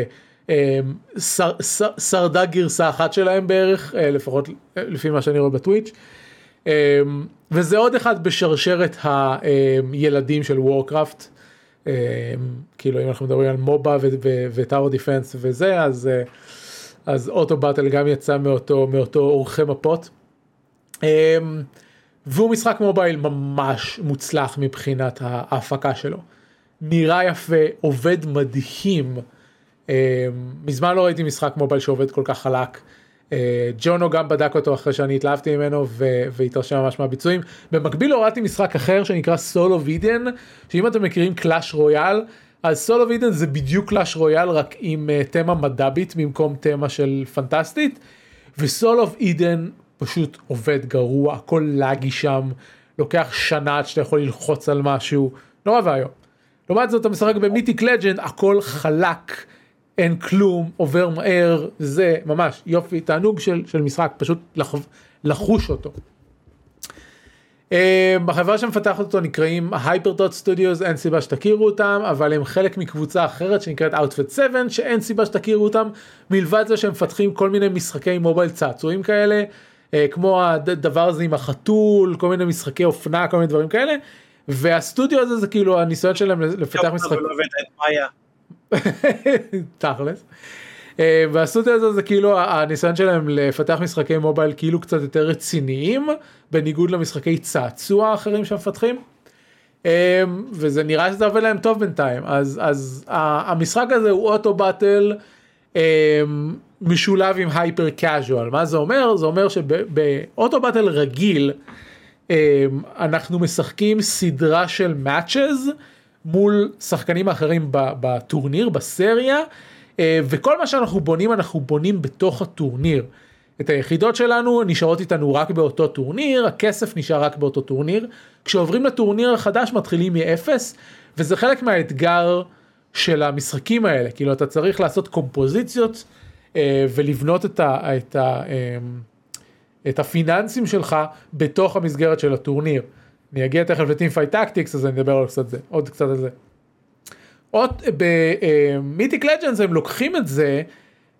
Speaker 1: ושרדה um, גרסה אחת שלהם בערך, uh, לפחות לפי מה שאני רואה בטוויץ', um, וזה עוד אחד בשרשרת הילדים של וורקראפט, Uh, כאילו אם אנחנו מדברים על מובה וטאור דיפנס וזה, אז אז אוטו באטל גם יצא מאותו מאותו אורחי מפות, um, והוא משחק מובייל ממש מוצלח מבחינת ההפקה שלו, נראה יפה, עובד מדהים, um, מזמן לא ראיתי משחק מובייל שעובד כל כך חלק. ג'ונו גם בדק אותו אחרי שאני התלהבתי ממנו והתרשם ממש מהביצועים. במקביל הורדתי משחק אחר שנקרא סול אוף אידן, שאם אתם מכירים קלאש רויאל, אז סול אוף אידן זה בדיוק קלאש רויאל רק עם תמה מדבית במקום תמה של פנטסטית, וסול אוף אידן פשוט עובד גרוע, הכל לגי שם, לוקח שנה עד שאתה יכול ללחוץ על משהו, נורא והיום. לעומת זאת אתה משחק במיתיק לג'נד, הכל חלק, אין כלום, עובר מהר, זה ממש יופי, תענוג של, של משחק, פשוט לח, לחוש אותו. Uh, בחברה שמפתחת אותו נקראים Hyperdot Studios, אין סיבה שתכירו אותם, אבל הם חלק מקבוצה אחרת שנקראת Outfit שבע, שאין סיבה שתכירו אותם, מלבד זה שהם מפתחים כל מיני משחקי מובייל צעצועים כאלה, uh, כמו הדבר הזה עם החתול, כל מיני משחקי אופנה, כל מיני דברים כאלה, והסטודיו הזה זה כאילו הניסיון שלהם לפתח משחק... תכלס. והסטודיו הזה זה כאילו הניסיון שלהם לפתח משחקי מובייל כאילו קצת יותר רציניים, בניגוד למשחקי צעצוע האחרים שמפתחים, וזה נראה שזה עובד להם טוב בינתיים. אז, אז המשחק הזה הוא אוטו באטל משולב עם הייפר קאז'ואל. מה זה אומר? זה אומר שבאוטו באטל רגיל אנחנו משחקים סדרה של מאצ'ז מול שחקנים אחרים בטורניר, בסריה, וכל מה שאנחנו בונים, אנחנו בונים בתוך הטורניר. את היחידות שלנו נשארות איתנו רק באותו טורניר, הכסף נשאר רק באותו טורניר, כשעוברים לטורניר החדש מתחילים מאפס, וזה חלק מהאתגר של המשחקים האלה, כאילו אתה צריך לעשות קומפוזיציות, ולבנות את, ה, את, ה, את הפיננסים שלך בתוך המסגרת של הטורניר. אני אגיע תכף לטים פייט טקטיקס, אז אני אדבר על קצת זה, עוד קצת על זה. עוד במיתיק לג'נדס הם לוקחים את זה,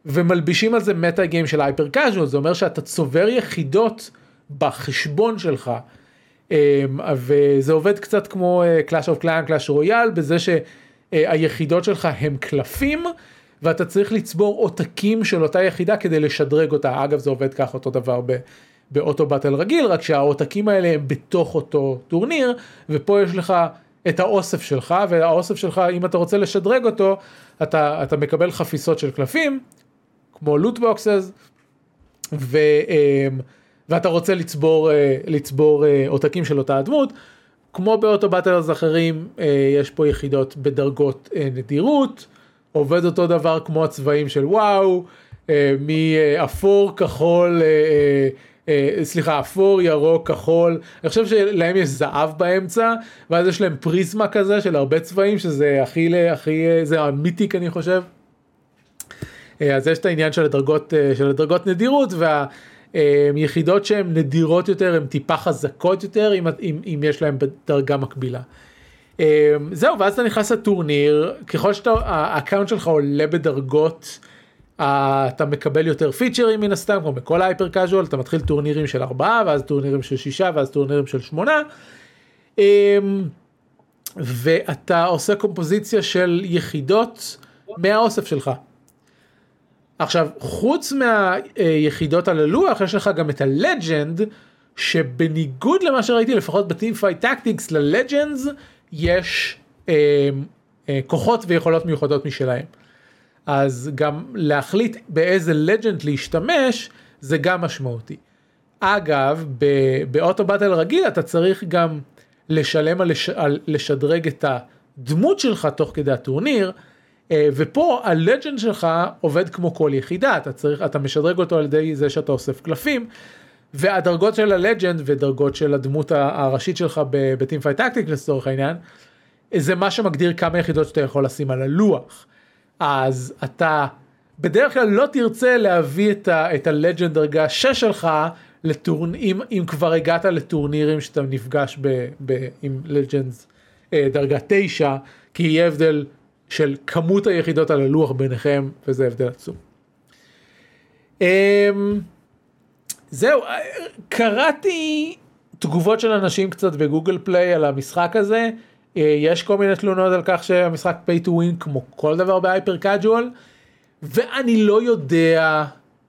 Speaker 1: ומלבישים על זה מטה גיים של הייפר קאז'ואל, זה אומר שאתה צובר יחידות בחשבון שלך, וזה עובד קצת כמו Clash of Clans, Clash Royale, בזה שהיחידות שלך הם קלפים, ואתה צריך לצבור עותקים של אותה יחידה כדי לשדרג אותה. אגב, זה עובד כך אותו דבר באוטו באטל רגיל, רק שהעותקים האלה הם בתוך אותו טורניר, ופה יש לך את האוסף שלך, והאוסף שלך, אם אתה רוצה לשדרג אותו, אתה, אתה מקבל חפיסות של קלפים, כמו לוט בוקסס, ו, ואתה רוצה לצבור, לצבור עותקים של אותה הדמות, כמו באוטו באטלס אחרים, יש פה יחידות בדרגות נדירות, עובד אותו דבר כמו הצבעים של וואו, מאפור כחול, סליחה, אפור, ירוק, כחול, אני חושב שלהם יש זהב באמצע, ואז יש להם פריזמה כזה של הרבה צבעים, שזה הכי, הכי, זה המיתיק אני חושב. אז יש את העניין של הדרגות, של הדרגות נדירות, והיחידות שהן נדירות יותר, הן טיפה חזקות יותר, אם, אם, אם יש להם בדרגה מקבילה. זהו, ואז אתה נכנס לטורניר, ככל שהאקאונט שלך עולה בדרגות, אתה מקבל יותר פיצ'רים מן הסתם, כמו בכל ההייפר קאז'ואל, אתה מתחיל טורנירים של ארבעה, ואז טורנירים של שישה, ואז טורנירים של שמונה, ואתה עושה קומפוזיציה של יחידות מהאוסף שלך. עכשיו, חוץ מהיחידות על הלוח, יש לך גם את הלג'נד, שבניגוד למה שראיתי, לפחות בטים פייט טקטיקס, ללג'נדס יש אה, אה, כוחות ויכולות מיוחדות משלהם. אז גם להחליט באיזה לג'נד להשתמש, זה גם משמעותי. אגב, באוטו באטל רגיל, אתה צריך גם לשלם על, לש, על לשדרג את הדמות שלך תוך כדי הטורניר, ופה הלג'נד שלך עובד כמו כל יחידה, אתה צריך, אתה משדרג אותו על ידי זה שאתה אוסף קלפים, והדרגות של הלג'נד ודרגות של הדמות הראשית שלך בטים פייט טקטיקס לצורך העניין, זה מה שמגדיר כמה יחידות שאתה יכול לשים על הלוח. אז אתה בדרך כלל לא תרצה להביא את, ה, את הלג'נד דרגה שש שלך, לטורנ... אם, אם כבר הגעת לטורנירים שאתה נפגש ב, ב, עם לג'נדס דרגה תשע, כי יהיה הבדל של כמות היחידות על הלוח ביניכם, וזה הבדל עצום. זהו, קראתי תגובות של אנשים קצת בגוגל פליי על המשחק הזה, יש כל מיני תלונות על כך שהמשחק pay to win כמו כל דבר בהייפר קאז'ואל, ואני לא יודע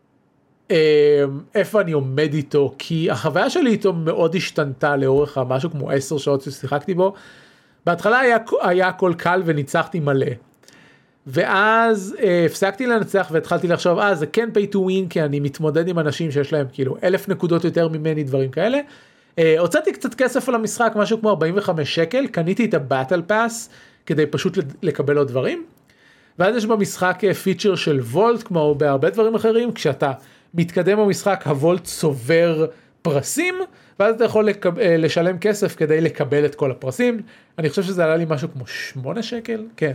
Speaker 1: איפה אני עומד איתו, כי החוויה שלי איתו מאוד השתנתה לאורך משהו כמו עשר שעות ששיחקתי בו. בהתחלה היה, היה הכל קל וניצחתי מלא, ואז אה, הפסקתי לנצח והתחלתי לחשוב, אה זה כן pay to win, כי אני מתמודד עם אנשים שיש להם כאילו אלף נקודות יותר ממני, דברים כאלה. אה, הוצאתי קצת כסף על המשחק, משהו כמו ארבעים וחמישה שקל, קניתי את הבטל פאס כדי פשוט לקבל עוד דברים, ואז יש במשחק פיצ'ר של וולט, כמו בהרבה דברים אחרים, כשאתה מתקדם במשחק הוולט צובר פרסים, ואז אתה יכול לקב... לשלם כסף כדי לקבל את כל הפרסים. אני חושב שזה עלה לי משהו כמו שמונה שקל, כן.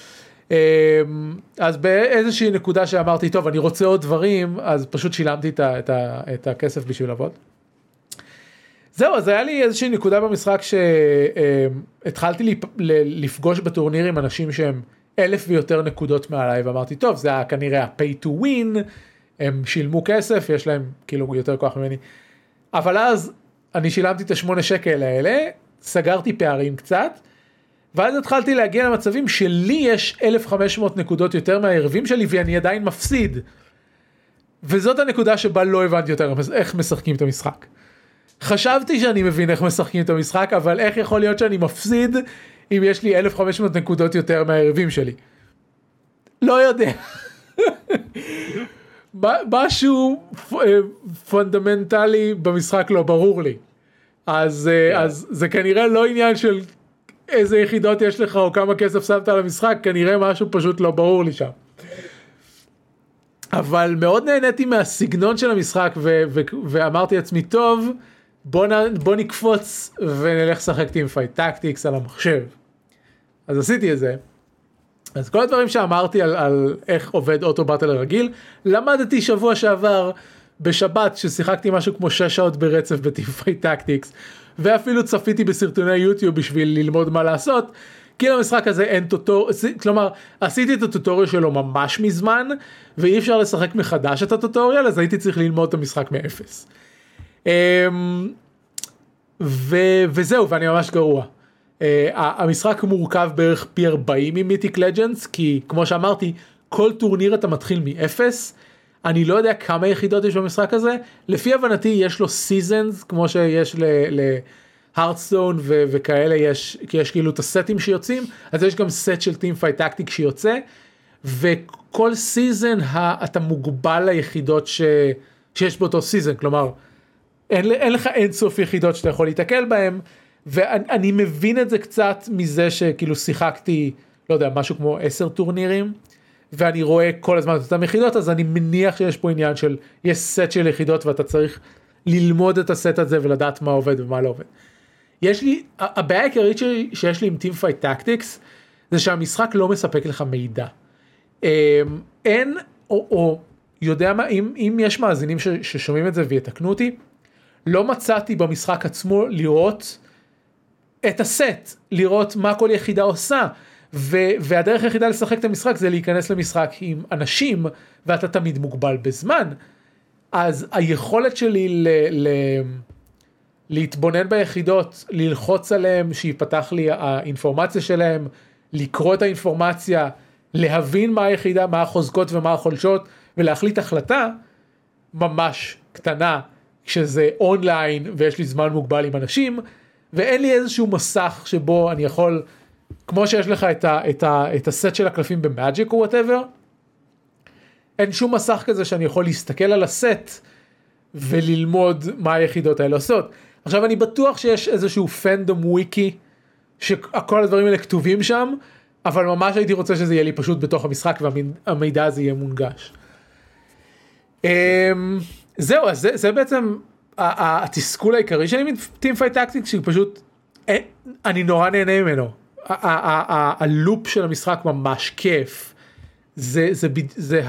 Speaker 1: אז באיזושהי נקודה שאמרתי, טוב, אני רוצה עוד דברים, אז פשוט שילמתי את, ה... את, ה... את הכסף בשביל לעבוד. זהו, אז היה לי איזושהי נקודה במשחק שהתחלתי לפ... לפגוש בטורנירים אנשים שהם אלף ויותר נקודות מעליי, ואמרתי, טוב, זה היה כנראה ה-pay to win, הם שילמו כסף, יש להם כאילו יותר כוח ממני. אבל אז אני שילמתי את השמונה שקל האלה, סגרתי פערים קצת, ואז התחלתי להגיע למצבים שלי יש אלף וחמש מאות נקודות יותר מהערבים שלי, ואני עדיין מפסיד. וזאת הנקודה שבה לא הבנתי יותר איך משחקים את המשחק. חשבתי שאני מבין איך משחקים את המשחק, אבל איך יכול להיות שאני מפסיד אם יש לי אלף וחמש מאות נקודות יותר מהערבים שלי? לא יודע. משהו פונדמנטלי במשחק לא ברור לי. אז, אז זה כנראה לא עניין של איזה יחידות יש לך או כמה כסף שמת על המשחק, כנראה משהו פשוט לא ברור לי שם. אבל מאוד נהניתי מהסגנון של המשחק, ו- ו- ואמרתי לעצמי, טוב, בוא, נ- בוא נקפוץ ונלך שחק טים פייט טקטיקס על המחשב. אז עשיתי את זה. אז כל הדברים שאמרתי על, על איך עובד אוטו באטל רגיל, למדתי שבוע שעבר בשבת ששיחקתי משהו כמו שש שעות ברצף בטים פייט טקטיקס, ואפילו צפיתי בסרטוני יוטיוב בשביל ללמוד מה לעשות, כי למשחק הזה אין טוטוריאל, כלומר, עשיתי את הטוטוריאל שלו ממש מזמן, ואי אפשר לשחק מחדש את הטוטוריאל, אז הייתי צריך ללמוד את המשחק מאפס. ו- וזהו, ואני ממש גרוע. Uh, המשחק מורכב בערך פי ארבעים ממיתיק לג'נדס, כי כמו שאמרתי, כל טורניר אתה מתחיל מאפס, אני לא יודע כמה יחידות יש במשחק הזה, לפי הבנתי יש לו סיזנס, כמו שיש להרדסטון ו- וכאלה, יש, כי יש כאילו את הסטים שיוצאים, אז יש גם סט של טים פייט טקטיק שיוצא, וכל סיזן אתה מוגבל ליחידות ש- שיש באותו סיזן, כלומר, אין, אין לך אינסוף יחידות שאתה יכול להתקל בהם, ואני מבין את זה קצת מזה שכאילו שיחקתי, לא יודע, משהו כמו עשר טורנירים, ואני רואה כל הזמן את אותם יחידות, אז אני מניח שיש פה עניין של, יש סט של יחידות ואתה צריך ללמוד את הסט הזה ולדעת מה עובד ומה לא עובד. יש לי, הבעיה העיקרית שיש לי עם Team Fight Tactics, זה שהמשחק לא מספק לך מידע. אין, או, או יודע מה, אם, אם יש מאזינים ש, ששומעים את זה ויתקנו אותי, לא מצאתי במשחק עצמו לראות את הסט, לראות מה כל יחידה עושה, ו- והדרך היחידה לשחק את המשחק זה להיכנס למשחק עם אנשים, ואתה תמיד מוגבל בזמן, אז היכולת שלי ל- ל- להתבונן ביחידות, ללחוץ עליהם, שיפתח לי האינפורמציה שלהם, לקרוא את האינפורמציה, להבין מה היחידה, מה החוזקות ומה החולשות, ולהחליט החלטה ממש קטנה, כשזה אונליין ויש לי זמן מוגבל עם אנשים, ואין לי איזשהו מסך שבו אני יכול, כמו שיש לך את, ה, את, ה, את הסט של הקלפים במאג'יק או whatever, אין שום מסך כזה שאני יכול להסתכל על הסט וללמוד מה היחידות האלה עושות. עכשיו אני בטוח שיש איזשהו פנדום וויקי, שכל הדברים האלה כתובים שם, אבל ממש הייתי רוצה שזה יהיה לי פשוט בתוך המשחק, והמידע הזה יהיה מונגש. זהו, אז זה, זה בעצם התסכול העיקרי שלי מטים פייט טקטיקס, שפשוט, אני נורא נהנה ממנו. הלופ של המשחק ממש כיף. זה, זה, זה,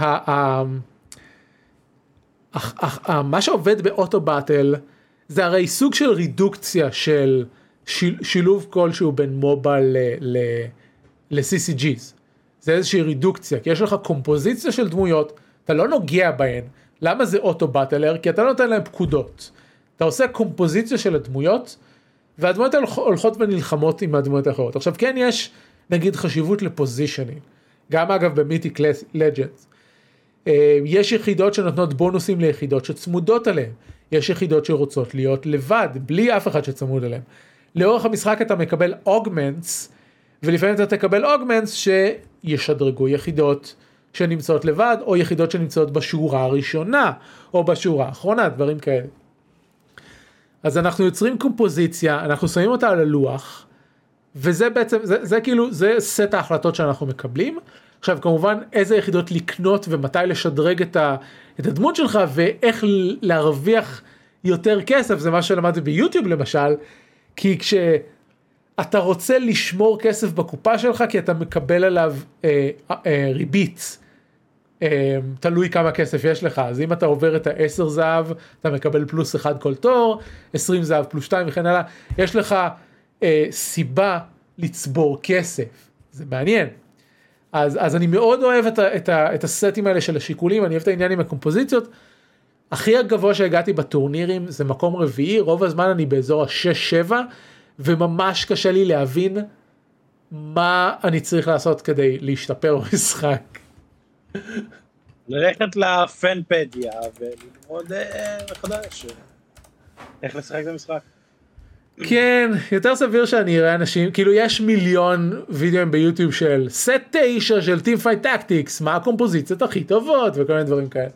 Speaker 1: מה שעובד באוטו באטל, זה הרי סוג של רידוקציה של שילוב כלשהו בין מובייל ל-סי סי ג'יז. זה איזושהי רידוקציה, כי יש לך קומפוזיציה של דמויות, אתה לא נוגע בהן. למה זה אוטו באטלר? כי אתה לא נותן להם פקודות. אתה עושה קומפוזיציה של הדמויות, והדמויות הולכות ונלחמות עם הדמויות האחרות. עכשיו כן יש, נגיד, חשיבות לפוזישנינג. גם אגב במיתיק לג'נדס. יש יחידות שנותנות בונוסים ליחידות שצמודות עליהן. יש יחידות שרוצות להיות לבד, בלי אף אחד שצמוד עליהן. לאורך המשחק אתה מקבל אוגמנטס, ולפעמים אתה תקבל אוגמנטס שישדרגו יחידות שנמצאות לבד, או יחידות שנמצאות בשורה הראשונה, או בשורה האחרונה, דברים כאלה. אז אנחנו יוצרים קומפוזיציה, אנחנו שמים אותה על הלוח, וזה בעצם, זה, זה כאילו, זה סט ההחלטות שאנחנו מקבלים. עכשיו, כמובן, איזה יחידות לקנות ומתי לשדרג את, ה, את הדמות שלך, ואיך להרוויח יותר כסף, זה מה שלמדתי ביוטיוב למשל, כי כשאתה רוצה לשמור כסף בקופה שלך, כי אתה מקבל עליו אה, אה, ריבית, אה, תלוי כמה כסף יש לך, אז אם אתה עובר את העשר זהב, אתה מקבל פלוס אחד כל תור, עשרים זהב פלוס שתיים וכן הלאה, יש לך אה, סיבה לצבור כסף, זה מעניין. אז, אז אני מאוד אוהב את, ה, את, ה, את הסטים האלה של השיקולים, אני אוהב את העניין עם הקומפוזיציות. הכי הגבוה שהגעתי בטורנירים זה מקום רביעי, רוב הזמן אני באזור ה-שש שבע, וממש קשה לי להבין מה אני צריך לעשות כדי להשתפר במשחק.
Speaker 2: ללכת לפנפדיה וללמוד מחדש איך לשחק במשחק.
Speaker 1: כן, יותר סביר שאני אראה אנשים, כאילו יש מיליון וידאוים ביוטיוב של סט תשע של Team Fight Tactics, מה הקומפוזיציות הכי טובות וכל מיני דברים כאלה.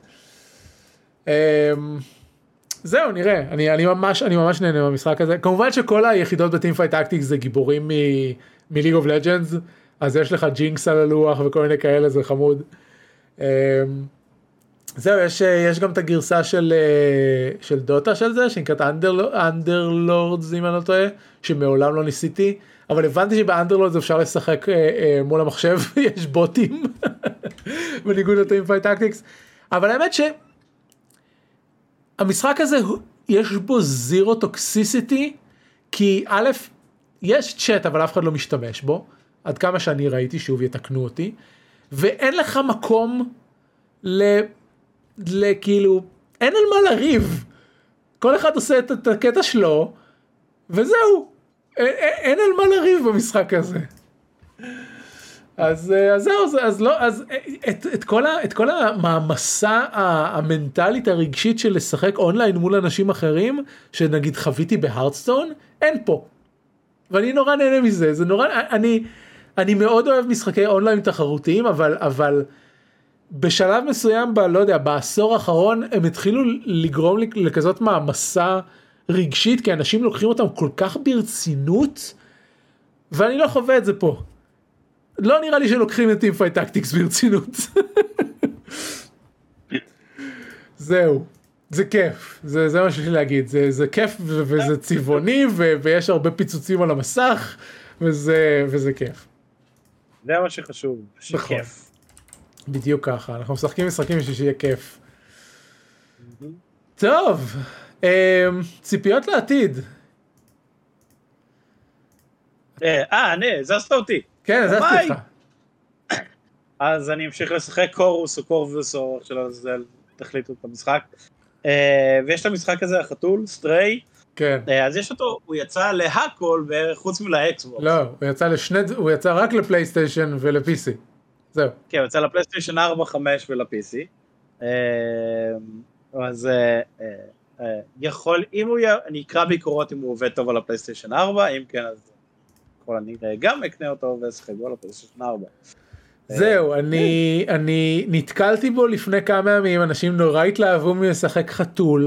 Speaker 1: זהו, נראה, אני, אני ממש, אני ממש נהנה במשחק הזה. כמובן שכל היחידות ב-Team Fight Tactics זה גיבורים מ-League of Legends, אז יש לך ג'ינקס על הלוח וכל מיני כאלה, זה חמוד. זהו, יש, יש גם את הגרסה של, של דוטה של זה, שנקראת אנדרלורדס, אם אני לא טועה, שמעולם לא ניסיתי, אבל הבנתי שבאנדרלורדס אפשר לשחק מול המחשב, יש בוטים, בניגוד ל-Team Fight Tactics, אבל האמת שהמשחק הזה, יש בו זירו טוקסיסיטי, כי א', יש צ'אט, אבל אף אחד לא משתמש בו, עד כמה שאני ראיתי, שוב יתקנו אותי, ואין לך מקום ל... לכאילו, אין על מה לריב, כל אחד עושה את, את הקטע שלו, וזהו, אין, אין על מה לריב במשחק הזה. אז, אז זהו, אז לא, אז את, את כל ה, את כל המעמסה המנטלית הרגשית של לשחק אונליין מול אנשים אחרים, שנגיד חוויתי בהרדסטון, אין פה. ואני נורא נהנה מזה, זה נורא, אני, אני מאוד אוהב משחקי אונליין תחרותיים, אבל, אבל בשלב מסוים, ב, לא יודע, בעשור האחרון, הם התחילו לגרום לי לכזאת מעמסה רגשית, כי אנשים לוקחים אותם כל כך ברצינות, ואני לא חווה את זה פה. לא נראה לי שלוקחים את Teamfight Tactics ברצינות. זהו, זה כיף, זה, זה מה שיש לי להגיד, זה, זה כיף ו- וזה צבעוני ו- ויש הרבה פיצוצים על המסך, וזה, וזה כיף.
Speaker 2: זה מה שחשוב, שכיף.
Speaker 1: בדיוק ככה, אנחנו משחקים משחקים בשביל שיהיה כיף. טוב, ציפיות לעתיד.
Speaker 2: אה, אני, זזת אותי.
Speaker 1: כן, זזתי אותך.
Speaker 2: אז אני אמשיך לשחק קורוס או קורבוס או איך שלא תחליטו את המשחק. ויש את המשחק הזה, החתול, סטריי.
Speaker 1: כן.
Speaker 2: אז יש אותו, הוא יצא להכל חוץ מלאקסבוקס.
Speaker 1: לא, הוא יצא לשני, הוא יצא רק לפלייסטיישן ולפי סי. זהו.
Speaker 2: כן, הוא יצא לפלייסטיישן ארבע, חמש ולפי סי. אז יכול, אם הוא יהיה, אני אקרא ביקורות אם הוא עובד טוב על הפלייסטיישן ארבע, אם כן אז כל אני גם אקנה אותו ואשחק בו לפלייסטיישן ארבע.
Speaker 1: זהו, אני, אני נתקלתי בו לפני כמה ימים, אנשים נורא התלהבו מלשחק חתול.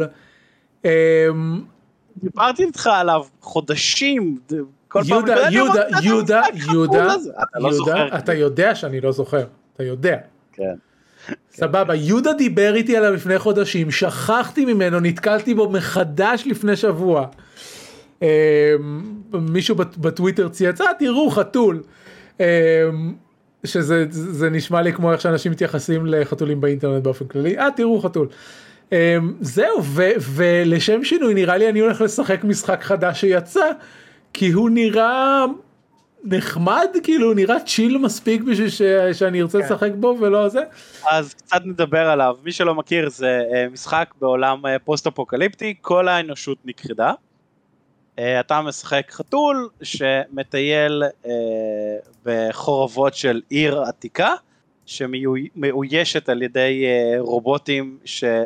Speaker 2: דיברתי איתך עליו חודשים, כל פעם...
Speaker 1: יהודה, יהודה, יהודה, יהודה, יהודה, אתה יודע שאני לא זוכר, אתה יודע.
Speaker 2: כן.
Speaker 1: סבבה, יהודה דיבר איתי עליו לפני חודשים, שכחתי ממנו, נתקלתי בו מחדש לפני שבוע. מישהו בטוויטר צייץ, אה, תראו, חתול. שזה זה נשמע לי כמו איך שאנשים מתייחסים לחתולים באינטרנט באופן כללי, אה, תראו, חתול. זהו, ולשם שינוי, נראה לי אני הולך לשחק משחק חדש שיצא, כי הוא נראה נחמד, כאילו הוא נראה צ'יל מספיק בשביל שאני ארצה לשחק בו ולא זה.
Speaker 2: אז קצת נדבר עליו, מי שלא מכיר זה משחק בעולם פוסט-אפוקליפטי, כל האנושות נכחדה. אתה משחק חתול שמטייל בחורבות של עיר עתיקה, שמאוישת על ידי רובוטים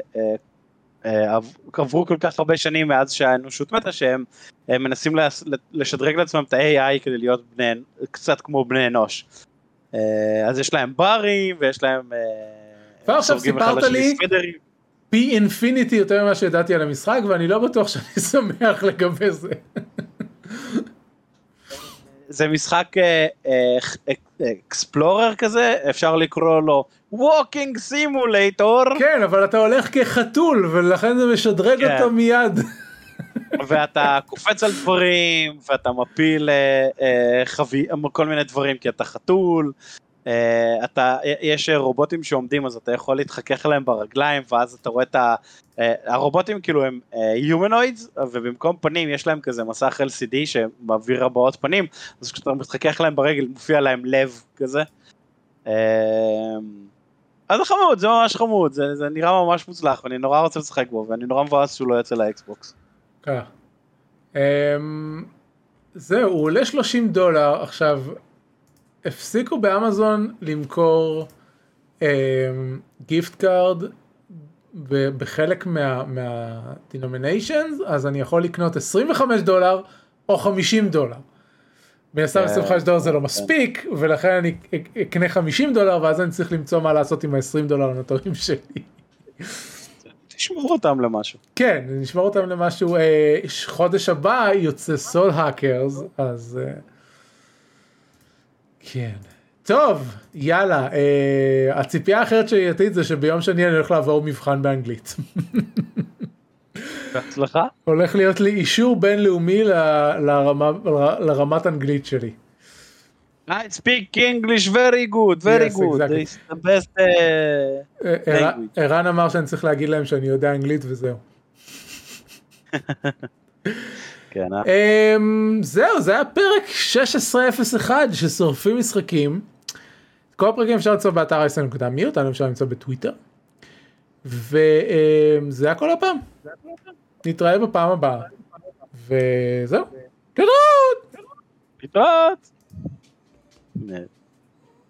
Speaker 2: שעברו כל כך הרבה שנים מאז שהאנושות מתה, שהם מנסים לשדרג לעצמם את ה-איי איי כדי להיות בני, קצת כמו בני אנוש. אז יש להם ברים ויש להם...
Speaker 1: ועכשיו סיפרת לי פי אינפיניטי יותר ממה שידעתי על המשחק, ואני לא בטוח שאני שמח לגבי זה.
Speaker 2: זה משחק אקספלורר כזה, אפשר לקרוא לו ווקינג סימולטור.
Speaker 1: כן, אבל אתה הולך כחתול, ולכן זה משדרג אותו מיד.
Speaker 2: ואתה קופץ על דברים, ואתה מפיל כל מיני דברים, כי אתה חתול. אתה, יש רובוטים שעומדים, אז אתה יכול להתחכך להם ברגליים, ואז אתה רואה את ה... הרובוטים כאילו הם humanoids, ובמקום פנים יש להם כזה מסך אל סי די שמעביר הבעות פנים, אז כשאתה מתחכך להם ברגל, מופיע להם לב כזה. אז זה חמוד, זה ממש חמוד, זה, זה נראה ממש מוצלח, ואני נורא רוצה לשחק בו, ואני נורא מבאס שהוא לא יוצא לאקסבוקס.
Speaker 1: כן. זהו, הוא עולה שלושים דולר, עכשיו... הפסיקו באמזון למכור גיפט קארד בחלק מה-denominations, אז אני יכול לקנות עשרים וחמישה דולר או חמישים דולר. מנסה עשרים וחמישה דולר זה לא מספיק, ולכן אני אקנה חמישים דולר, ואז אני צריך למצוא מה לעשות עם ה-עשרים דולר הנותרים שלי.
Speaker 2: תשמור אותם למשהו.
Speaker 1: כן, נשמור אותם למשהו. חודש הבא יוצא סול האקרס, אז... כן. טוב, יאללה, אה, הציפייה האחרת שהייתית זה שביום שני אני הולך לעבור מבחן באנגלית.
Speaker 2: בהצלחה.
Speaker 1: הולך להיות לי אישור בינלאומי ל, לרמה, ל, לרמת אנגלית שלי.
Speaker 2: I speak English very good, very yes, good. Exactly. It's the best uh, language.
Speaker 1: ערן אמר שאני צריך להגיד להם שאני יודע אנגלית וזהו.
Speaker 2: כן, אה?
Speaker 1: זהו, זה היה פרק שש עשרה אפס אחד ששורפים משחקים. כל הפרקים אפשר למצוא באתר אייסן נקודה מי, אותנו אפשר למצוא בטוויטר. וזה היה כל הפעם. נתראה בפעם הבאה. וזהו. להתראות!
Speaker 2: להתראות!